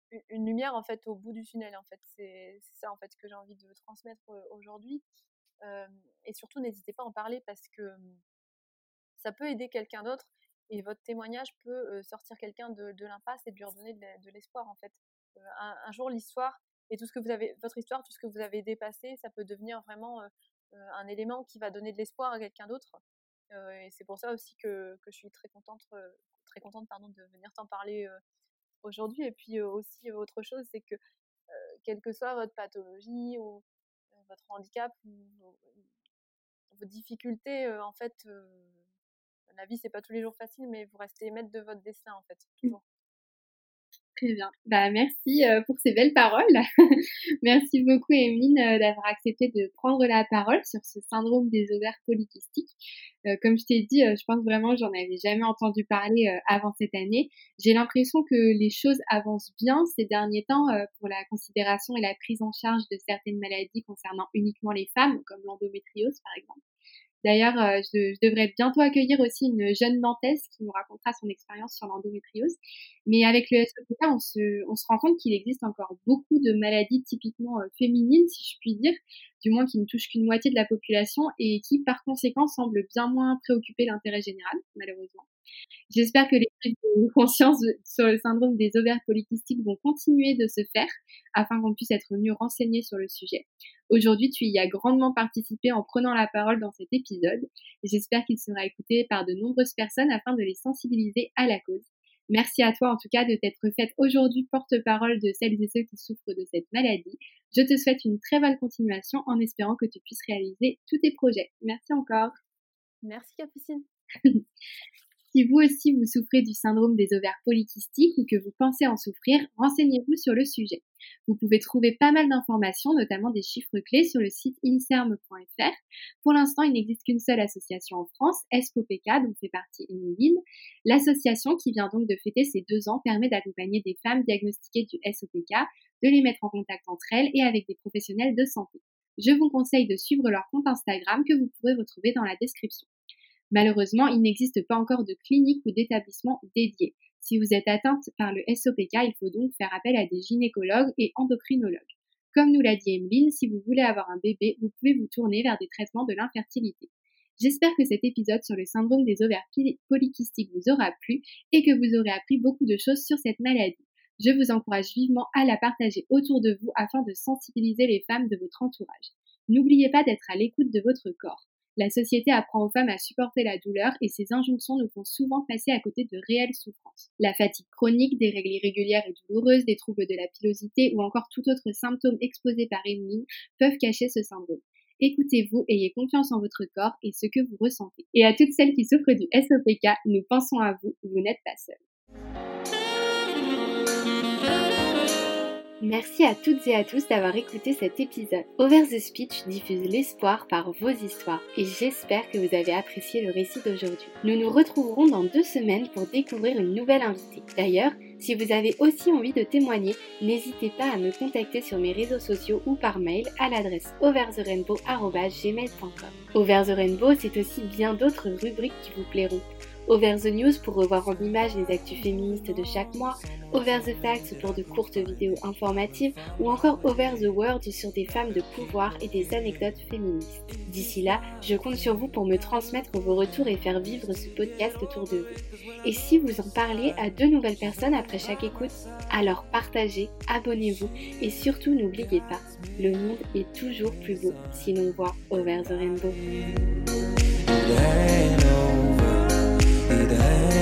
une lumière en fait au bout du tunnel. En fait, c'est, c'est ça en fait que j'ai envie de transmettre aujourd'hui. Euh, et surtout, n'hésitez pas à en parler parce que ça peut aider quelqu'un d'autre et votre témoignage peut euh, sortir quelqu'un de, de l'impasse et de lui redonner de, de l'espoir en fait. Euh, un, un jour, l'histoire et tout ce que vous avez, votre histoire, tout ce que vous avez dépassé, ça peut devenir vraiment euh, un élément qui va donner de l'espoir à quelqu'un d'autre. Euh, et c'est pour ça aussi que, que je suis très contente, euh, très contente pardon, de venir t'en parler euh, aujourd'hui. Et puis euh, aussi euh, autre chose, c'est que euh, quelle que soit votre pathologie ou euh, votre handicap ou vos, vos difficultés, euh, en fait, euh, la vie c'est pas tous les jours facile, mais vous restez maître de votre destin en fait, toujours. Très bien. Bah, merci euh, pour ces belles paroles. Merci beaucoup, Emeline, euh, d'avoir accepté de prendre la parole sur ce syndrome des ovaires polykystiques. Euh, comme je t'ai dit, euh, je pense vraiment que j'en avais jamais entendu parler euh, avant cette année. J'ai l'impression que les choses avancent bien ces derniers temps euh, pour la considération et la prise en charge de certaines maladies concernant uniquement les femmes, comme l'endométriose par exemple. D'ailleurs, euh, je, je devrais bientôt accueillir aussi une jeune Nantaise qui nous racontera son expérience sur l'endométriose. Mais avec le S O P K, on se, on se rend compte qu'il existe encore beaucoup de maladies typiquement euh, féminines, si je puis dire, du moins qui ne touchent qu'une moitié de la population et qui, par conséquent, semblent bien moins préoccuper l'intérêt général, malheureusement. J'espère que les prises de conscience sur le syndrome des ovaires polykystiques vont continuer de se faire afin qu'on puisse être mieux renseigné sur le sujet. Aujourd'hui, tu y as grandement participé en prenant la parole dans cet épisode et j'espère qu'il sera écouté par de nombreuses personnes afin de les sensibiliser à la cause. Merci à toi en tout cas de t'être faite aujourd'hui porte-parole de celles et ceux qui souffrent de cette maladie. Je te souhaite une très bonne continuation en espérant que tu puisses réaliser tous tes projets. Merci encore. Merci Capucine. Si vous aussi vous souffrez du syndrome des ovaires polykystiques ou que vous pensez en souffrir, renseignez-vous sur le sujet. Vous pouvez trouver pas mal d'informations, notamment des chiffres clés sur le site inserm point f r. Pour l'instant, il n'existe qu'une seule association en France, S O P K, dont fait partie Emeline. L'association, qui vient donc de fêter ses deux ans, permet d'accompagner des femmes diagnostiquées du S O P K, de les mettre en contact entre elles et avec des professionnels de santé. Je vous conseille de suivre leur compte Instagram que vous pourrez retrouver dans la description. Malheureusement, il n'existe pas encore de clinique ou d'établissement dédié. Si vous êtes atteinte par le S O P K, il faut donc faire appel à des gynécologues et endocrinologues. Comme nous l'a dit Emeline, si vous voulez avoir un bébé, vous pouvez vous tourner vers des traitements de l'infertilité. J'espère que cet épisode sur le syndrome des ovaires polykystiques vous aura plu et que vous aurez appris beaucoup de choses sur cette maladie. Je vous encourage vivement à la partager autour de vous afin de sensibiliser les femmes de votre entourage. N'oubliez pas d'être à l'écoute de votre corps. La société apprend aux femmes à supporter la douleur et ces injonctions nous font souvent passer à côté de réelles souffrances. La fatigue chronique, des règles irrégulières et douloureuses, des troubles de la pilosité ou encore tout autre symptôme exposé par Emeline peuvent cacher ce syndrome. Écoutez-vous, ayez confiance en votre corps et ce que vous ressentez. Et à toutes celles qui souffrent du S O P K, nous pensons à vous, vous n'êtes pas seules. Merci à toutes et à tous d'avoir écouté cet épisode. Over the Speech diffuse l'espoir par vos histoires et j'espère que vous avez apprécié le récit d'aujourd'hui. Nous nous retrouverons dans deux semaines pour découvrir une nouvelle invitée. D'ailleurs, si vous avez aussi envie de témoigner, n'hésitez pas à me contacter sur mes réseaux sociaux ou par mail à l'adresse over the rainbow arobase gmail point com. Over the Rainbow, c'est aussi bien d'autres rubriques qui vous plairont. Over the News pour revoir en images les actus féministes de chaque mois, Over the Facts pour de courtes vidéos informatives ou encore Over the World sur des femmes de pouvoir et des anecdotes féministes. D'ici là, je compte sur vous pour me transmettre vos retours et faire vivre ce podcast autour de vous. Et si vous en parlez à deux nouvelles personnes après chaque écoute, alors partagez, abonnez-vous et surtout n'oubliez pas, le monde est toujours plus beau si l'on voit Over the Rainbow. It ain't over, it ain't